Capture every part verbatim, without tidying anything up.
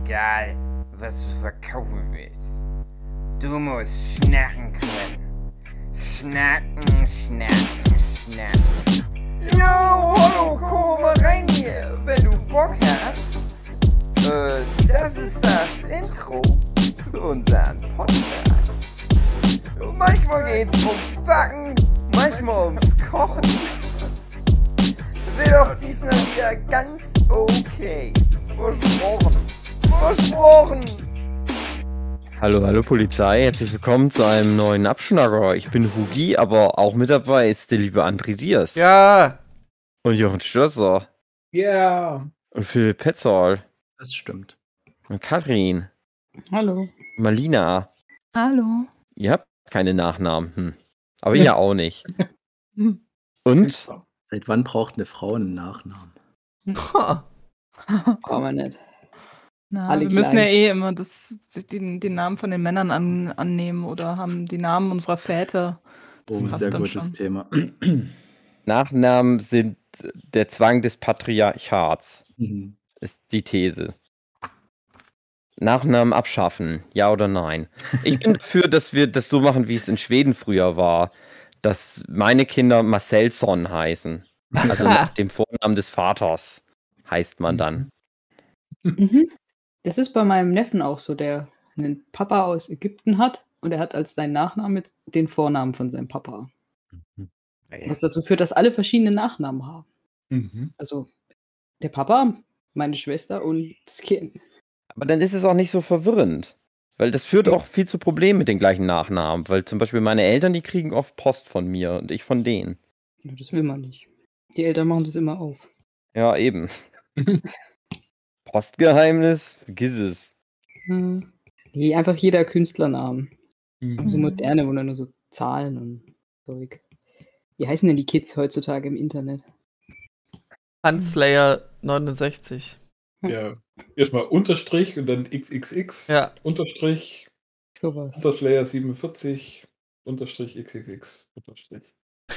egal, was du verkaufen willst. Du musst schnacken können. Schnacken, schnacken, schnacken. Yo, hallo, komm mal rein hier, wenn du Bock hast. Äh, das ist das Intro zu unserem Podcast. Und manchmal geht's ums Backen, manchmal ums Kochen. Wird auch diesmal wieder ganz okay. Versprochen. Versprochen. Hallo, hallo Polizei, herzlich willkommen zu einem neuen Abschnacker. Ich bin Hugi, aber auch mit dabei ist der liebe André Diaz. Ja. Und Jochen Stürzer. Ja. Yeah. Und Philipp Petzold. Das stimmt. Und Katrin. Hallo. Malina. Hallo. Ihr habt keine Nachnamen. Hm. Aber ihr auch nicht. Und? Seit wann braucht eine Frau einen Nachnamen? Brauchen wir nicht. Na, Alle wir klein. müssen ja eh immer das, den, den Namen von den Männern an, annehmen oder haben die Namen unserer Väter. Das oh, ein sehr gutes schon. Thema. Nachnamen sind der Zwang des Patriarchats, mhm. ist die These. Nachnamen abschaffen, ja oder nein? Ich bin dafür, dass wir das so machen, wie es in Schweden früher war, dass meine Kinder Marcelsson heißen. Also nach dem Vornamen des Vaters heißt man dann. Mhm. Das ist bei meinem Neffen auch so, der einen Papa aus Ägypten hat und er hat als seinen Nachnamen den Vornamen von seinem Papa. Mhm. Was dazu führt, dass alle verschiedene Nachnamen haben. Mhm. Also der Papa, meine Schwester und das Kind. Aber dann ist es auch nicht so verwirrend. Weil das führt auch viel zu Problemen mit den gleichen Nachnamen. Weil zum Beispiel meine Eltern, die kriegen oft Post von mir und ich von denen. Ja, das will man nicht. Die Eltern machen das immer auf. Ja, eben. Postgeheimnis? Vergiss es. Hm. Nee, einfach jeder Künstlernamen. Mhm. So moderne, wo dann nur so Zahlen und Zeug. Wie heißen denn die Kids heutzutage im Internet? Hunslayer neunundsechzig. Ja, erstmal Unterstrich und dann X X X. Ja. Unterstrich. Sowas. Unterslayer siebenundvierzig. Unterstrich X X X. Unterstrich.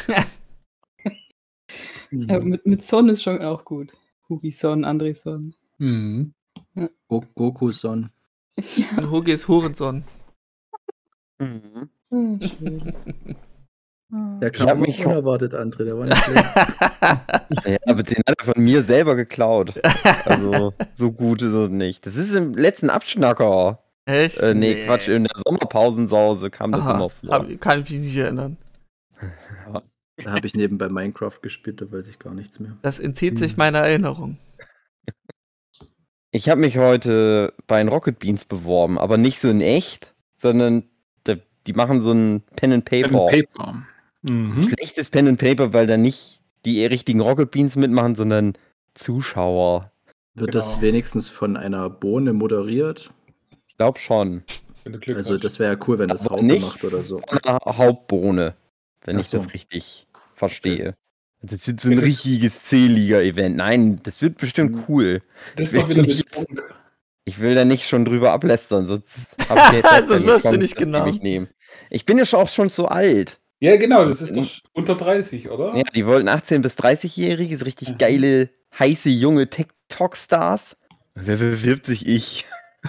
mhm. Ja, mit, mit Son ist schon auch gut. Hugi Son, André Son. Mhm. Ja. Goku Son. Ja. Und Hugi ist Hurenson. Mhm. Oh, schön. Der kam mich unerwartet, André, der war nicht schlecht. Ja, aber den hat er von mir selber geklaut. Also, so gut ist es nicht. Das ist im letzten Abschnacker. Echt? Äh, nee, nee, Quatsch, in der Sommerpausensause kam das Aha, immer vor. Hab, kann ich mich nicht erinnern. Ja. Da habe ich nebenbei Minecraft gespielt, da weiß ich gar nichts mehr. Das entzieht sich meiner Erinnerung. Ich habe mich heute bei den Rocket Beans beworben, aber nicht so in echt, sondern die machen so ein Pen and Paper. Pen and Paper. Mhm. Schlechtes Pen and Paper, weil da nicht die richtigen Rocket Beans mitmachen, sondern Zuschauer. Wird genau. das wenigstens von einer Bohne moderiert? Ich glaube schon. Also das wäre ja cool, wenn das Haupt macht oder so. Von einer Hauptbohne, wenn Ach ich so. das richtig verstehe. Okay. Das wird so ein das richtiges C-Liga-Event. Nein, das wird bestimmt cool. Das ist doch wieder mit Funk. Ich will da nicht schon drüber ablästern, sonst habe ich jetzt halt das wirst du nicht genau. nehmen. Ich bin ja auch schon zu alt. Ja, genau, das ist doch unter dreißig, oder? Ja, die wollten achtzehn- bis dreißig-Jährige, so richtig mhm. geile, heiße, junge TikTok-Stars. Wer bewirbt sich? Ich.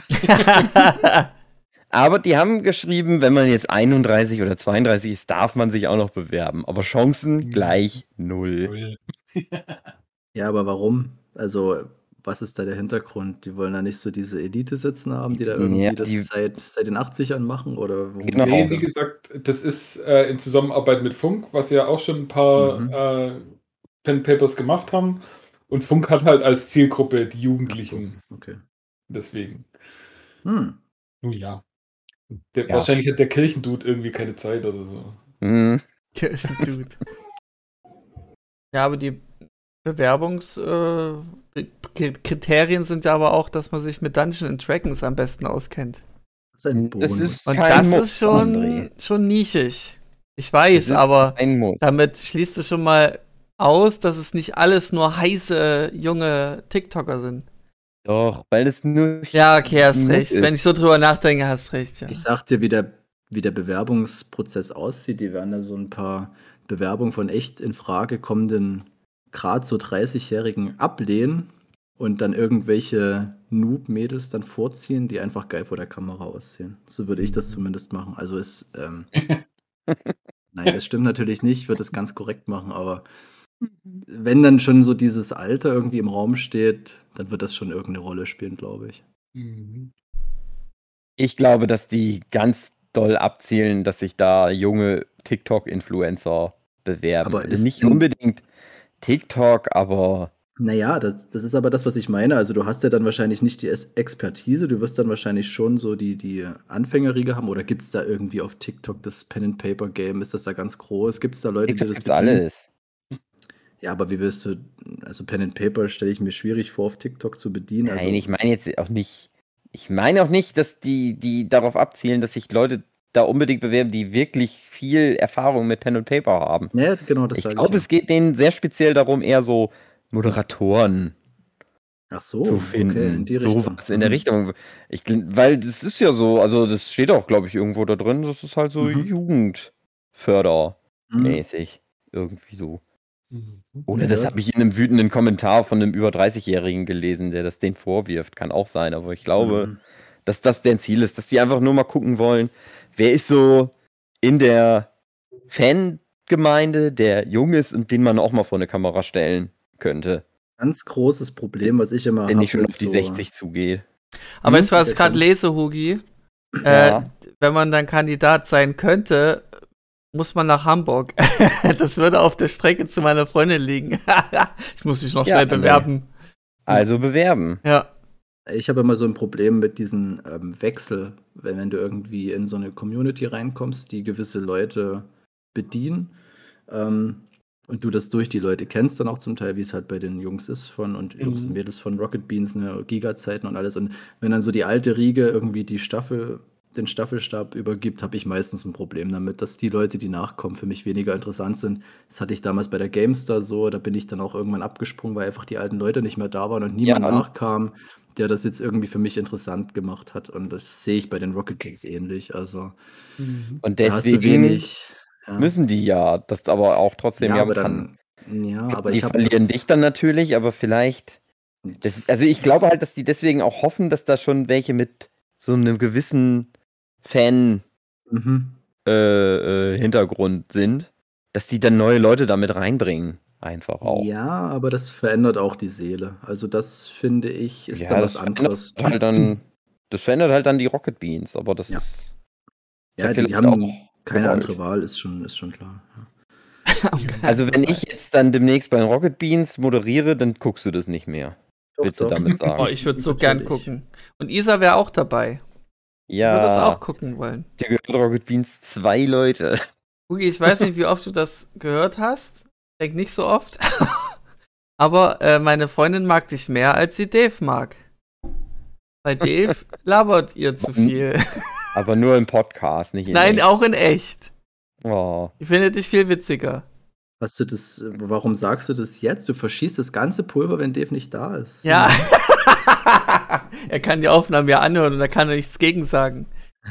Aber die haben geschrieben, wenn man jetzt einunddreißig oder zweiunddreißig ist, darf man sich auch noch bewerben. Aber Chancen gleich null. Ja, aber warum? Also, was ist da der Hintergrund? Die wollen da nicht so diese Elite sitzen haben, die da irgendwie ja, die, das seit, seit den achtzigern machen? Oder genau. Nee, wie gesagt, das ist äh, in Zusammenarbeit mit Funk, was ja auch schon ein paar mhm. äh, Pen Papers gemacht haben. Und Funk hat halt als Zielgruppe die Jugendlichen. So, okay. Deswegen. Hm. Nun ja. Der, ja. Wahrscheinlich hat der Kirchendude irgendwie keine Zeit oder so. Mhm. Kirchendude. Ja, aber die Bewerbungskriterien äh, sind ja aber auch, dass man sich mit Dungeons and Dragons am besten auskennt. Das ist ein Bonus. Das ist Und das Muss, ist schon, schon nischig. Ich weiß, aber damit schließt du schon mal aus, dass es nicht alles nur heiße, junge TikToker sind. Doch, weil es nur... Ja, okay, hast recht. Ist. Wenn ich so drüber nachdenke, hast recht, ja. Ich sag dir, wie der, wie der Bewerbungsprozess aussieht. Die werden da so ein paar Bewerbungen von echt in Frage kommenden, gerade so dreißigjährigen ablehnen und dann irgendwelche Noob-Mädels dann vorziehen, die einfach geil vor der Kamera aussehen. So würde ich das zumindest machen. Also ist, ähm, nein, das stimmt natürlich nicht, ich würde es ganz korrekt machen, aber wenn dann schon so dieses Alter irgendwie im Raum steht, dann wird das schon irgendeine Rolle spielen, glaube ich. Ich glaube, dass die ganz doll abzielen, dass sich da junge TikTok-Influencer bewerben. Aber Also ist nicht denn- unbedingt TikTok, aber Naja, das, das ist aber das, was ich meine. Also du hast ja dann wahrscheinlich nicht die Es- Expertise, du wirst dann wahrscheinlich schon so die, die Anfängerriege haben. Oder gibt es da irgendwie auf TikTok das Pen-and-Paper-Game? Ist das da ganz groß? Gibt es da Leute, die TikTok das gibt's bedienen? alles. Ja, aber wie willst du, also Pen and Paper stelle ich mir schwierig vor, auf TikTok zu bedienen. Also, Nein, ich meine jetzt auch nicht, ich meine auch nicht, dass die, die darauf abzielen, dass sich Leute da unbedingt bewerben, die wirklich viel Erfahrung mit Pen und Paper haben. ja, genau, das Ich sage glaube, ich. es geht denen sehr speziell darum, eher so Moderatoren Ach so, zu okay, finden. in die so Richtung. was in der Mhm. Richtung. Ich, gl- weil das ist ja so, also das steht auch, glaube ich, irgendwo da drin, das ist halt so Mhm. jugendfördermäßig. Mhm. Irgendwie so. Oder das Ja. habe ich in einem wütenden Kommentar von einem über dreißig-Jährigen gelesen, der das denen vorwirft. Kann auch sein, aber ich glaube, Mhm. dass das deren Ziel ist, dass die einfach nur mal gucken wollen, wer ist so in der Fangemeinde, der jung ist und den man auch mal vor eine Kamera stellen könnte, Ganz großes Problem, was ich immer der nicht habe schon mit auf die so. sechzig zugeht. Aber Hm? weißt du, was Der ich gerade kann- lese, Hugi? Äh, Ja. Wenn man dann Kandidat sein könnte, muss man nach Hamburg. Das würde auf der Strecke zu meiner Freundin liegen. Ich muss mich noch Ja, schnell nee. bewerben. Also bewerben. Ja. Ich habe immer so ein Problem mit diesem ähm, Wechsel, wenn, wenn du irgendwie in so eine Community reinkommst, die gewisse Leute bedienen ähm, und du das durch die Leute kennst dann auch zum Teil, wie es halt bei den Jungs ist von und Jungs und Mhm. Mädels von Rocket Beans, ne, Giga-Zeiten und alles. Und wenn dann so die alte Riege irgendwie die Staffel, den Staffelstab übergibt, habe ich meistens ein Problem damit, dass die Leute, die nachkommen, für mich weniger interessant sind. Das hatte ich damals bei der GameStar so, da bin ich dann auch irgendwann abgesprungen, weil einfach die alten Leute nicht mehr da waren und niemand und- nachkam, der das jetzt irgendwie für mich interessant gemacht hat. Und das sehe ich bei den Rocket Beans ähnlich. Also Und da hast du deswegen wenig. Ja. müssen die ja das aber auch trotzdem ja, ja, aber machen. dann. Ja, Klar, aber die ich habe verlieren dich dann natürlich, aber vielleicht. Das, also ich glaube halt, dass die deswegen auch hoffen, dass da schon welche mit so einem gewissen Fan Mhm. äh, äh, Hintergrund sind, dass die dann neue Leute damit reinbringen. Einfach auch. Ja, aber das verändert auch die Seele. Also das finde ich, ist Ja, dann das was verändert anderes. halt dann, das verändert halt dann die Rocket Beans, aber das Ja. ist Ja, ja die, die vielleicht haben auch keine gewollt. andere Wahl, ist schon, ist schon klar. Ja. Also wenn ich jetzt dann demnächst bei den Rocket Beans moderiere, dann guckst du das nicht mehr. Doch, Willst du doch. damit sagen? Oh, ich würde so gern Natürlich. gucken. Und Isa wäre auch dabei. Ich würde das Ja, auch gucken wollen. hier gehört Rocket Beans zwei Leute. Hugi, ich weiß nicht, wie oft du das gehört hast. Ich denke nicht so oft. Aber äh, meine Freundin mag dich mehr, als sie Dave mag. Weil Dave labert ihr zu viel. Aber nur im Podcast, nicht in Nein, echt. auch in echt. Oh. Ich finde dich viel witziger. Hast du das, warum sagst du das jetzt? Du verschießt das ganze Pulver, wenn Dave nicht da ist. Ja. Er kann die Aufnahmen ja anhören und da kann er nichts gegen sagen.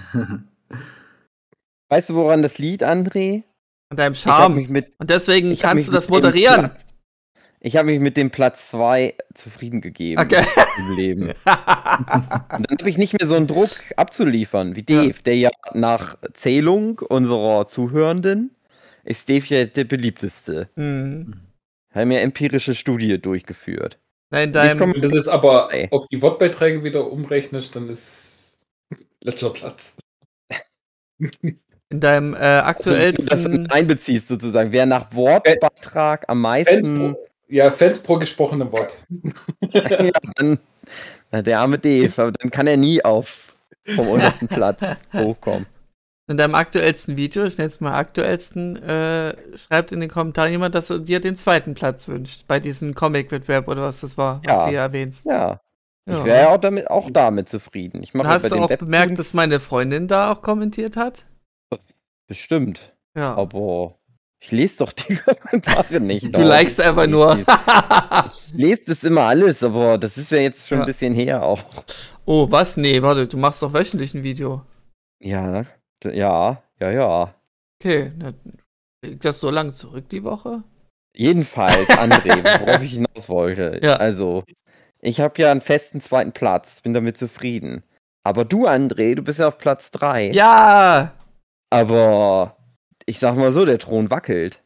Weißt du, woran das liegt, André? Und deinem Ich habe Charme. mich mit Und deswegen ich hab kannst mich du das mit dem moderieren. Platz, ich habe mich mit dem Platz zwei zufrieden gegeben Okay. im Leben. Und dann habe ich nicht mehr so einen Druck abzuliefern wie Dave, Ja. der ja nach Zählung unserer Zuhörenden ist Dave ja der beliebteste. Hm. Haben ja empirische Studie durchgeführt. Nein, Ich komm- deinem, Wenn du das aber Zwei. auf die Wortbeiträge wieder umrechnest, dann ist letzter Platz. in deinem äh, Also, wenn du das aktuellsten. mit einbeziehst sozusagen, wer nach Wortbeitrag am Fans meisten, pro, ja, Fans pro gesprochenem Wort. ja, dann, na, der arme Dave, aber dann kann er nie auf vom untersten Platz hochkommen. In deinem aktuellsten Video, ich nenne es mal aktuellsten, äh, schreibt in den Kommentaren jemand, dass er dir den zweiten Platz wünscht. Bei diesem Comic-Wettbewerb oder was das war, was Ja. du hier erwähnst. Ja, ich Ja. wäre ja auch damit, auch damit zufrieden. Ich mache Und hast bei du den auch Webtoons bemerkt, dass meine Freundin da auch kommentiert hat? bestimmt, Ja. aber ich lese doch die Kommentare nicht. Du doch. likest einfach nur. Ich lese das immer alles, aber das ist ja jetzt schon Ja. ein bisschen her auch. Oh, was? Nee, warte, du machst doch wöchentlich ein Video. Ja, d- ja, ja, ja. Okay, na, liegt das so lang zurück die Woche? Jedenfalls, André, worauf ich hinaus wollte. Ja. Also, Ich habe ja einen festen zweiten Platz, bin damit zufrieden. Aber du, André, du bist ja auf Platz drei. Ja! Aber ich sag mal so, der Thron wackelt.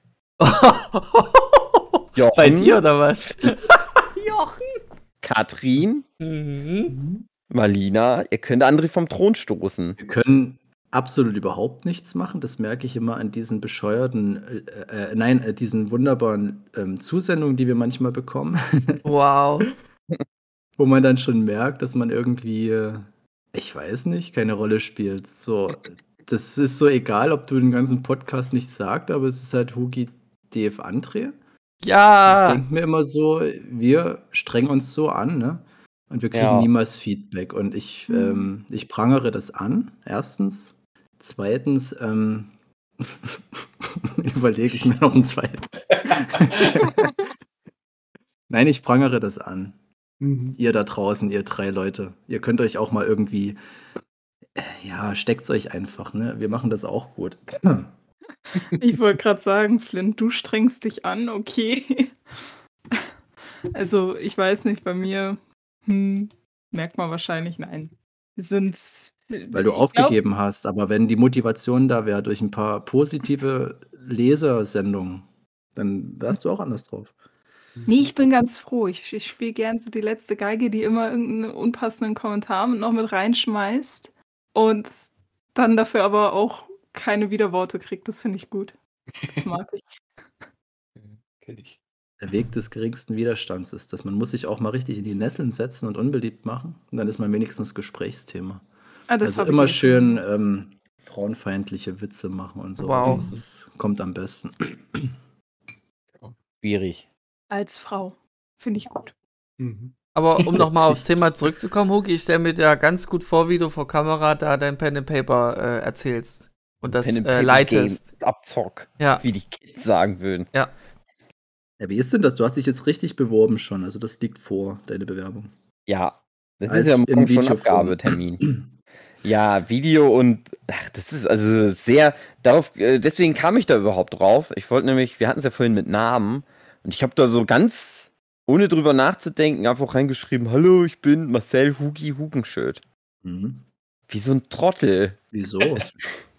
Jochen, Bei dir oder was? Jochen! Katrin, Mhm. Malina, ihr könnt André vom Thron stoßen. Wir können absolut überhaupt nichts machen. Das merke ich immer an diesen bescheuerten, äh, äh, nein, äh, diesen wunderbaren ähm, Zusendungen, die wir manchmal bekommen, Wow. wo man dann schon merkt, dass man irgendwie, äh, ich weiß nicht, keine Rolle spielt. So, das ist so egal, ob du den ganzen Podcast nicht sagst, aber es ist halt Hugi D F André. Ich Ja! denke mir immer so, wir strengen uns so an, ne? Und wir kriegen Ja. niemals Feedback. Und ich, ähm, ich prangere das an, erstens. Zweitens, ähm, überlege ich mir noch ein zweites. Nein, ich prangere das an. Mhm. Ihr da draußen, ihr drei Leute. Ihr könnt euch auch mal irgendwie, äh, ja, steckt's euch einfach, ne? Wir machen das auch gut. Ich wollte gerade sagen, Flint, du strengst dich an, okay. Also, ich weiß nicht, bei mir hm, merkt man wahrscheinlich, nein. Wir sind. Weil du ich aufgegeben hast. Aber wenn die Motivation da wäre durch ein paar positive Lesersendungen, dann wärst du auch anders drauf. Nee, ich bin ganz froh. Ich, ich spiele gern so die letzte Geige, die immer irgendeinen unpassenden Kommentar mit noch mit reinschmeißt und dann dafür aber auch keine Widerworte kriegt. Das finde ich gut. Das mag ich. Kenn ich. Der Weg des geringsten Widerstands ist das. Man muss sich auch mal richtig in die Nesseln setzen und unbeliebt machen. Und dann ist man wenigstens Gesprächsthema. Ah, das Also hab ich immer eh schön schon. ähm, frauenfeindliche Witze machen und so. Wow. Das ist, kommt am besten. Schwierig. Als Frau. Finde ich gut. Mhm. Aber um nochmal aufs Thema zurückzukommen, Hugi, ich stelle mir da ganz gut vor, wie du vor Kamera da dein Pen and Paper äh, erzählst und das Pen and äh, Paper leitest. Game, Abzock, Ja. wie die Kids sagen würden. Ja, wie ist denn das? Du hast dich jetzt richtig beworben schon. Also das liegt vor, deine Bewerbung. Ja, das Als ist ja in morgen schon Videoform. Abgabetermin. Ja, Video und ach, das ist also sehr darauf. Äh, deswegen kam ich da überhaupt drauf. Ich wollte nämlich, wir hatten es ja vorhin mit Namen und ich habe da so ganz ohne drüber nachzudenken einfach reingeschrieben: Hallo, ich bin Marcel Hugi Hugenschild. Mhm. Wie so ein Trottel. Wieso? Das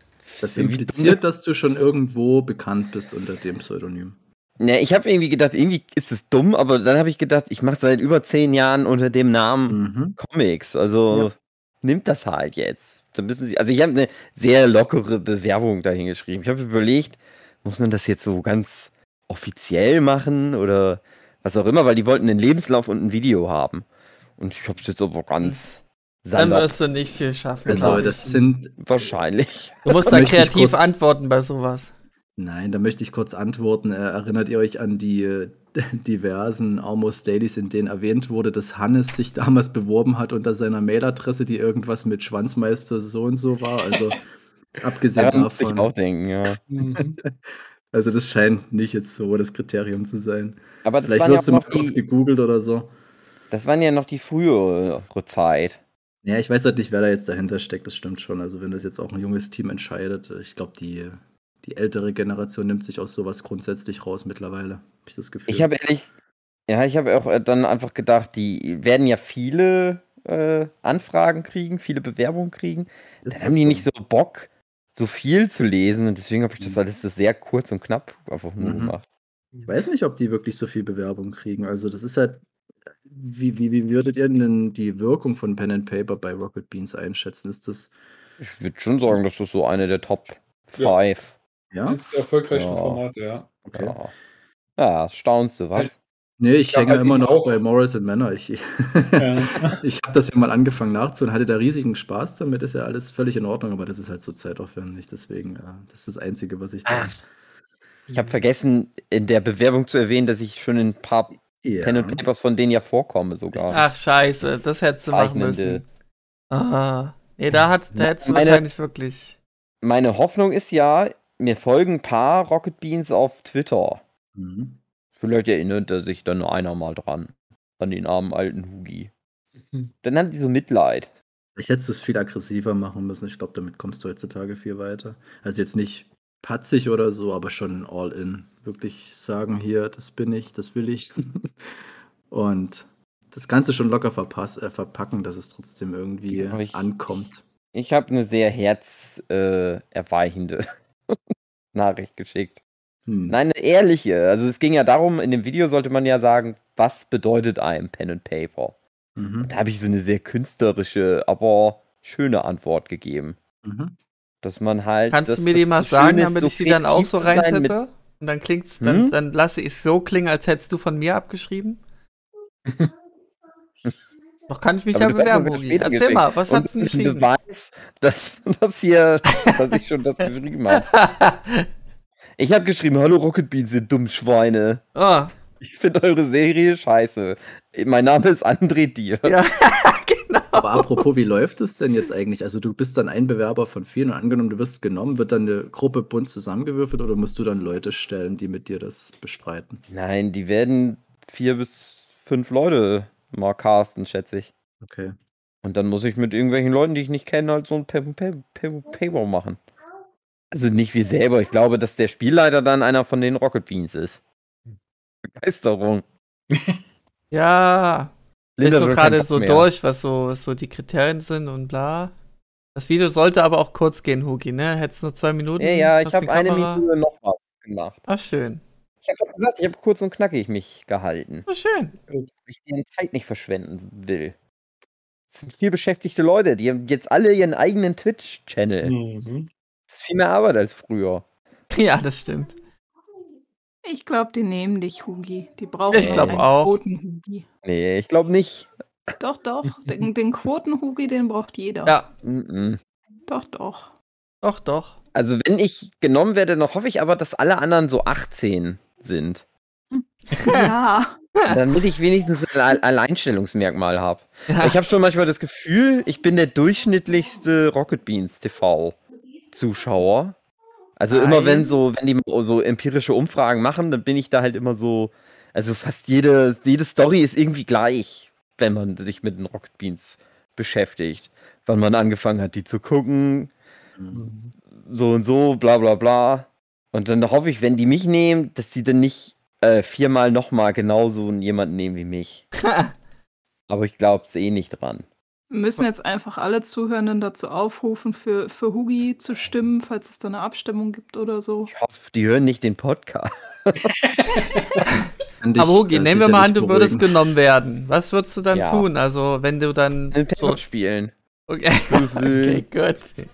Wie dumm impliziert, dass du schon irgendwo bekannt bist unter dem Pseudonym. Ja, ich habe irgendwie gedacht, irgendwie ist es dumm, aber dann habe ich gedacht, ich mache seit über zehn Jahren unter dem Namen Mhm. Comics. Also Ja. nimmt das halt jetzt. So müssen sie, also ich habe eine sehr lockere Bewerbung dahin geschrieben. Ich habe überlegt, muss man das jetzt so ganz offiziell machen oder was auch immer, weil die wollten einen Lebenslauf und ein Video haben. Und ich habe es jetzt aber ganz Dann salopp, wirst du nicht viel schaffen. Also glaub ich. das sind, wahrscheinlich. Du musst Da da möchte ich kreativ kurz- antworten bei sowas. nein, da möchte ich kurz antworten. Äh, erinnert ihr euch an die äh, diversen Almost Dailies, in denen erwähnt wurde, dass Hannes sich damals beworben hat unter seiner Mailadresse, die irgendwas mit Schwanzmeister so und so war? Also abgesehen Daran musste ich davon. auch denken, ja. Mhm. Also das scheint nicht jetzt so das Kriterium zu sein. Aber das Vielleicht waren ja auch wirst du mal noch kurz die, gegoogelt oder so. das waren ja noch die frühere Zeit. Ja, ich weiß halt nicht, wer da jetzt dahinter steckt, das stimmt schon. Also wenn das jetzt auch ein junges Team entscheidet, ich glaube, die, die ältere Generation nimmt sich aus sowas grundsätzlich raus mittlerweile, habe ich das Gefühl. Ich habe ehrlich, ja, ich habe auch äh, dann einfach gedacht, die werden ja viele äh, Anfragen kriegen, viele Bewerbungen kriegen. Ist Dann das haben die so? nicht so Bock, so viel zu lesen und deswegen habe ich das Mhm. alles so sehr kurz und knapp einfach nur Mhm. gemacht. Ich weiß nicht, ob die wirklich so viel Bewerbung kriegen. Also das ist halt, wie, wie, wie würdet ihr denn die Wirkung von Pen and Paper bei Rocket Beans einschätzen? Ist das, Ich würde schon sagen, das ist so eine der Top Ja. fünf. ja? Eines der erfolgreichsten Ja. Formate, ja. Okay. Ja. Ja, das staunst du, was? Halt. Nee, Ich ich glaub hänge halt immer eben noch auch- bei Morals and Manor. Ich, ich, Ja. ich habe das ja mal angefangen nachzuholen, hatte da riesigen Spaß damit, ist ja alles völlig in Ordnung, aber das ist halt so zeitaufwendig, deswegen, äh, das ist das Einzige, was ich da... Ah. Ich habe vergessen, in der Bewerbung zu erwähnen, dass ich schon in ein paar Ja. Pen and Papers von denen ja vorkomme sogar. Ach, scheiße, das hättest du machen Zeichnende. müssen. Ah. Nee, da, hat's, da hättest du Meine- wahrscheinlich wirklich. Meine Hoffnung ist ja, mir folgen ein paar Rocket Beans auf Twitter. Mhm. Vielleicht erinnert er sich dann einer mal dran. An den armen alten Hugi. Mhm. Dann haben die so Mitleid. Ich hätte es viel aggressiver machen müssen. Ich glaube, damit kommst du heutzutage viel weiter. Also jetzt nicht patzig oder so, aber schon all in. Wirklich sagen, hier, das bin ich, das will ich. Und das Ganze schon locker verpass, äh, verpacken, dass es trotzdem irgendwie Ja, ich- ankommt. Ich habe eine sehr herzerweichende äh, erweichende Nachricht geschickt. Hm. Nein, eine ehrliche. Also es ging ja darum, in dem Video sollte man ja sagen, was bedeutet einem Pen and Paper? Mhm. Und da habe ich so eine sehr künstlerische, aber schöne Antwort gegeben. Mhm. Dass man halt. Kannst dass du mir das die mal so sagen, schön ist, damit so ich die dann auch kreativ so zu sein mit- reintippe? Und dann klingt's, dann, Hm? dann lasse ich es so klingen, als hättest du von mir abgeschrieben. Doch kann ich mich Aber ja du hast bewerben, sogar Hugi. später Erzähl geschickt. mal, was Und hat's denn das ist ein geschrieben? Beweis, dass, dass hier, dass ich schon das geschrieben habe. Ich habe geschrieben, hallo Rocket Beans, ihr dummen Schweine. oh, Ich finde eure Serie scheiße. Mein Name ist André Diers. ja, genau. Aber apropos, wie läuft es denn jetzt eigentlich? Also du bist dann ein Bewerber von vielen und angenommen, du wirst genommen, wird dann eine Gruppe bunt zusammengewürfelt oder musst du dann Leute stellen, die mit dir das bestreiten? Nein, die werden vier bis fünf Leute mal casten, schätze ich. Okay. Und dann muss ich mit irgendwelchen Leuten, die ich nicht kenne, halt so ein Pay- Pay- Pay- Paywall machen. Also nicht wir selber. Ich glaube, dass der Spielleiter dann einer von den Rocket Beans ist. Begeisterung. Ja, Linda ist so will gerade keinen Bock so mehr. durch, was so, was so die Kriterien sind und bla. Das Video sollte aber auch kurz gehen, Hugi, ne? Hättest nur zwei Minuten. Ja, ja, ich hast die habe eine Kamera- Minute noch was gemacht. Ach, schön. Ich habe doch gesagt, ich habe kurz und knackig mich gehalten. Ach, schön. Weil ich deren Zeit nicht verschwenden will. Das sind viel beschäftigte Leute, die haben jetzt alle ihren eigenen Twitch-Channel. Mhm. Das ist viel mehr Arbeit als früher. Ja, das stimmt. Ich glaube, die nehmen dich, Hugi. Die brauchen Ich glaub einen auch. Quoten-Hugi. Nee, ich glaube nicht. Doch, doch. Den, den Quoten-Hugi, den braucht jeder. Ja, Mhm. Doch, doch. doch, doch. Also wenn ich genommen werde, dann hoffe ich aber, dass alle anderen so achtzehn sind. Ja. Damit ich wenigstens ein Al- Alleinstellungsmerkmal habe. Ja. Ich habe schon manchmal das Gefühl, ich bin der durchschnittlichste Rocket Beans T V Zuschauer. Also immer Nein. wenn so, wenn die so empirische Umfragen machen, dann bin ich da halt immer so, also fast jede, jede Story ist irgendwie gleich, wenn man sich mit den Rocket Beans beschäftigt. Wann man angefangen hat, die zu gucken, Mhm. so und so, bla bla bla. Und dann hoffe ich, wenn die mich nehmen, dass die dann nicht äh, viermal nochmal genauso jemanden nehmen wie mich. Aber ich glaube es eh nicht dran. Wir müssen jetzt einfach alle Zuhörenden dazu aufrufen, für, für Hugi zu stimmen, falls es da eine Abstimmung gibt oder so. Ich hoffe, die hören nicht den Podcast. Kann dich, Aber Hugi, äh, nehmen wir mal an, sicherlich du würdest beruhigen. genommen werden. Was würdest du dann Ja. tun? Also, wenn du dann Den so. Paper spielen. Okay, Würfel. okay gut.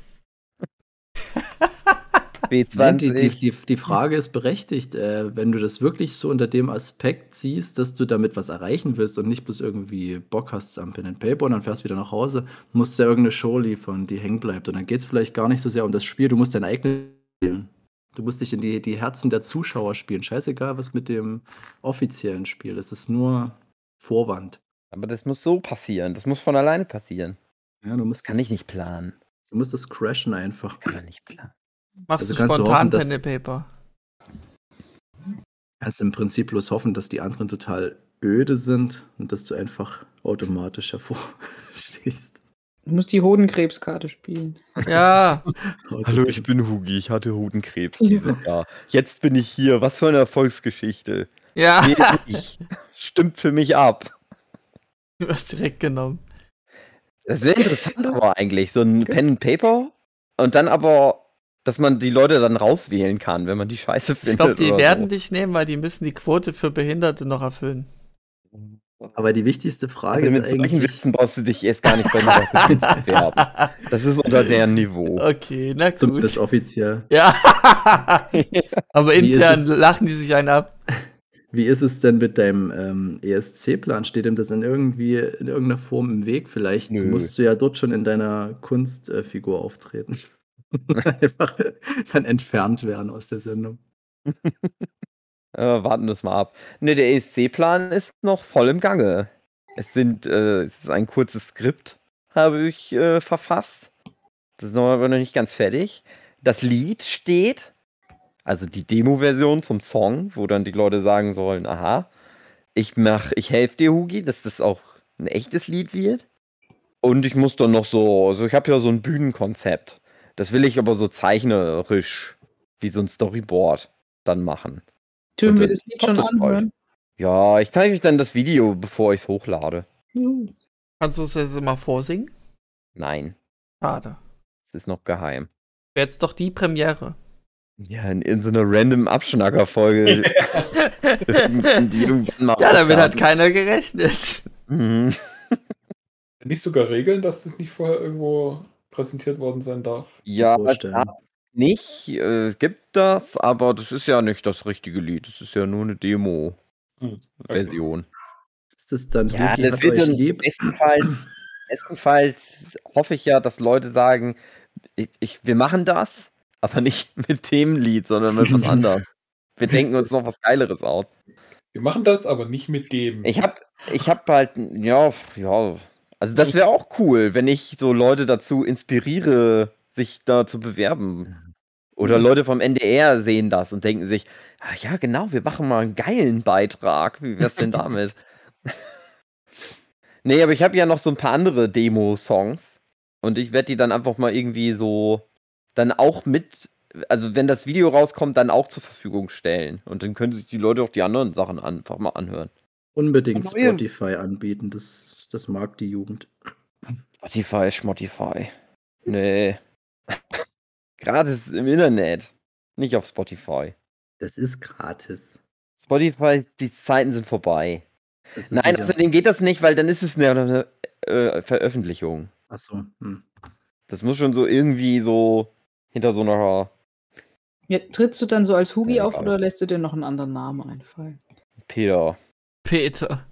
B Nein, zwanzig. die, die, die, die Frage ist berechtigt. Äh, wenn du das wirklich so unter dem Aspekt siehst, dass du damit was erreichen willst und nicht bloß irgendwie Bock hast am Pen and Paper und dann fährst wieder nach Hause, musst du ja irgendeine Show liefern, die hängen bleibt. Und dann geht es vielleicht gar nicht so sehr um das Spiel, du musst dein eigenes spielen. Du musst dich in die, die Herzen der Zuschauer spielen. Scheißegal, was mit dem offiziellen Spiel. Das ist nur Vorwand. Aber das muss so passieren. Das muss von alleine passieren. Ja, du musst Das kann ich das- nicht planen. Du musst das crashen einfach. Das kann man nicht planen. Machst Also du kannst du spontan hoffen, dass- Pen and Paper? Kannst im Prinzip bloß hoffen, dass die anderen total öde sind und dass du einfach automatisch hervorstehst. Du musst die Hodenkrebskarte spielen. Ja, Hallo, ich bin Hugi. Ich hatte Hodenkrebs dieses Jahr. Jetzt bin ich hier. Was für eine Erfolgsgeschichte. ja. Wähle ich. Stimmt für mich ab. Du wirst direkt genommen. Das wäre interessant aber eigentlich. So ein Pen and Paper und dann aber, dass man die Leute dann rauswählen kann, wenn man die scheiße findet. Ich glaube, die oder werden so. dich nehmen, weil die müssen die Quote für Behinderte noch erfüllen. Aber die wichtigste Frage Also ist mit solchen eigentlich, Witzen brauchst du dich erst gar nicht bei den Rocket Beans bewerben. Das ist unter deren Niveau. Okay, na gut. zumindest offiziell, Ja. Aber Wie ist intern es- lachen die sich einen ab. wie ist es denn mit deinem ähm, E S C-Plan? Steht ihm das in irgendwie in irgendeiner Form im Weg? Vielleicht Nö. musst du ja dort schon in deiner Kunstfigur auftreten. Einfach dann entfernt werden aus der Sendung. Äh, warten wir es mal ab. Ne, der E S C-Plan ist noch voll im Gange. Es sind, äh, es ist ein kurzes Skript, habe ich äh, verfasst. Das ist noch, aber noch nicht ganz fertig. Das Lied steht, also die Demo-Version zum Song, wo dann die Leute sagen sollen, aha, ich mach, ich helfe dir, Hugi, dass das auch ein echtes Lied wird. Und ich muss dann noch so, also ich habe ja so ein Bühnenkonzept. Das will ich aber so zeichnerisch, wie so ein Storyboard, dann machen. Dürfen Und wir dann das Lied kommt schon das bald. anhören? Ja, ich zeige euch dann das Video, bevor ich es hochlade. Kannst du es jetzt mal vorsingen? Nein, Schade. es ist noch geheim. Wäre jetzt doch die Premiere. Ja, in, in so einer random Abschnacker-Folge. die irgendwann mal Ja, damit hat rausgaben. keiner gerechnet. Mhm. Nicht sogar regeln, dass das nicht vorher irgendwo präsentiert worden sein darf. Ja, mir es vorstellen. gab nicht, äh, es gibt das, aber das ist ja nicht das richtige Lied. Das ist ja nur eine Demo-Version. Ist das dann Ja, Luki das hat wird euch dann lieb? bestenfalls, bestenfalls hoffe ich ja, dass Leute sagen, ich, ich, wir machen das, aber nicht mit dem Lied, sondern mit was anderem. Wir denken uns noch was Geileres aus. Wir machen das, aber nicht mit dem. Ich hab, ich hab halt, ja, ja, also das wäre auch cool, wenn ich so Leute dazu inspiriere, sich da zu bewerben. Oder Leute vom N D R sehen das und denken sich, ah, ja genau, wir machen mal einen geilen Beitrag. Wie wär's denn damit? Nee, aber ich habe ja noch so ein paar andere Demo-Songs und ich werde die dann einfach mal irgendwie so dann auch mit, also wenn das Video rauskommt, dann auch zur Verfügung stellen. Und dann können sich die Leute auch die anderen Sachen einfach mal anhören. Unbedingt Aber ihr- Spotify anbieten, das, das mag die Jugend. Spotify, Schmottify. Nee. Gratis im Internet. Nicht auf Spotify. Das ist gratis. Spotify, die Zeiten sind vorbei. Das ist Nein, sicher- außerdem geht das nicht, weil dann ist es eine, eine äh, Veröffentlichung. Ach so, hm. Das muss schon so irgendwie so hinter so einer Ja, trittst du dann so als Hugi Ja, auf egal. oder lässt du dir noch einen anderen Namen einfallen? Peter. Peter.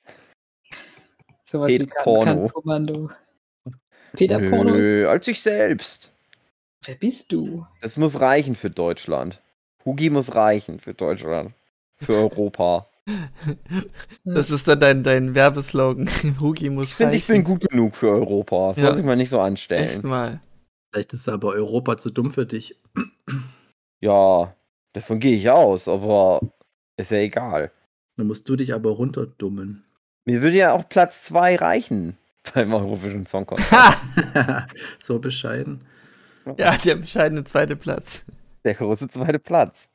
Sowas Peter wie Kan- Porno. Kan-Kommando. Peter Porno? Nö, als ich selbst. Wer bist du? Das muss reichen für Deutschland. Hugi muss reichen für Deutschland. Für Europa. Das ist dann dein, dein Werbeslogan. Hugi muss Ich finde, ich bin gut genug für Europa. Das Ja. soll sich mal nicht so Echt anstellen. mal. Vielleicht ist aber Europa zu dumm für dich. Ja, davon gehe ich aus, aber ist ja egal. Dann musst du dich aber runterdummen. Mir würde ja auch Platz zwei reichen beim Eurovision Song Contest. Ha! So bescheiden. Ja, der bescheidene zweite Platz. Der große zweite Platz.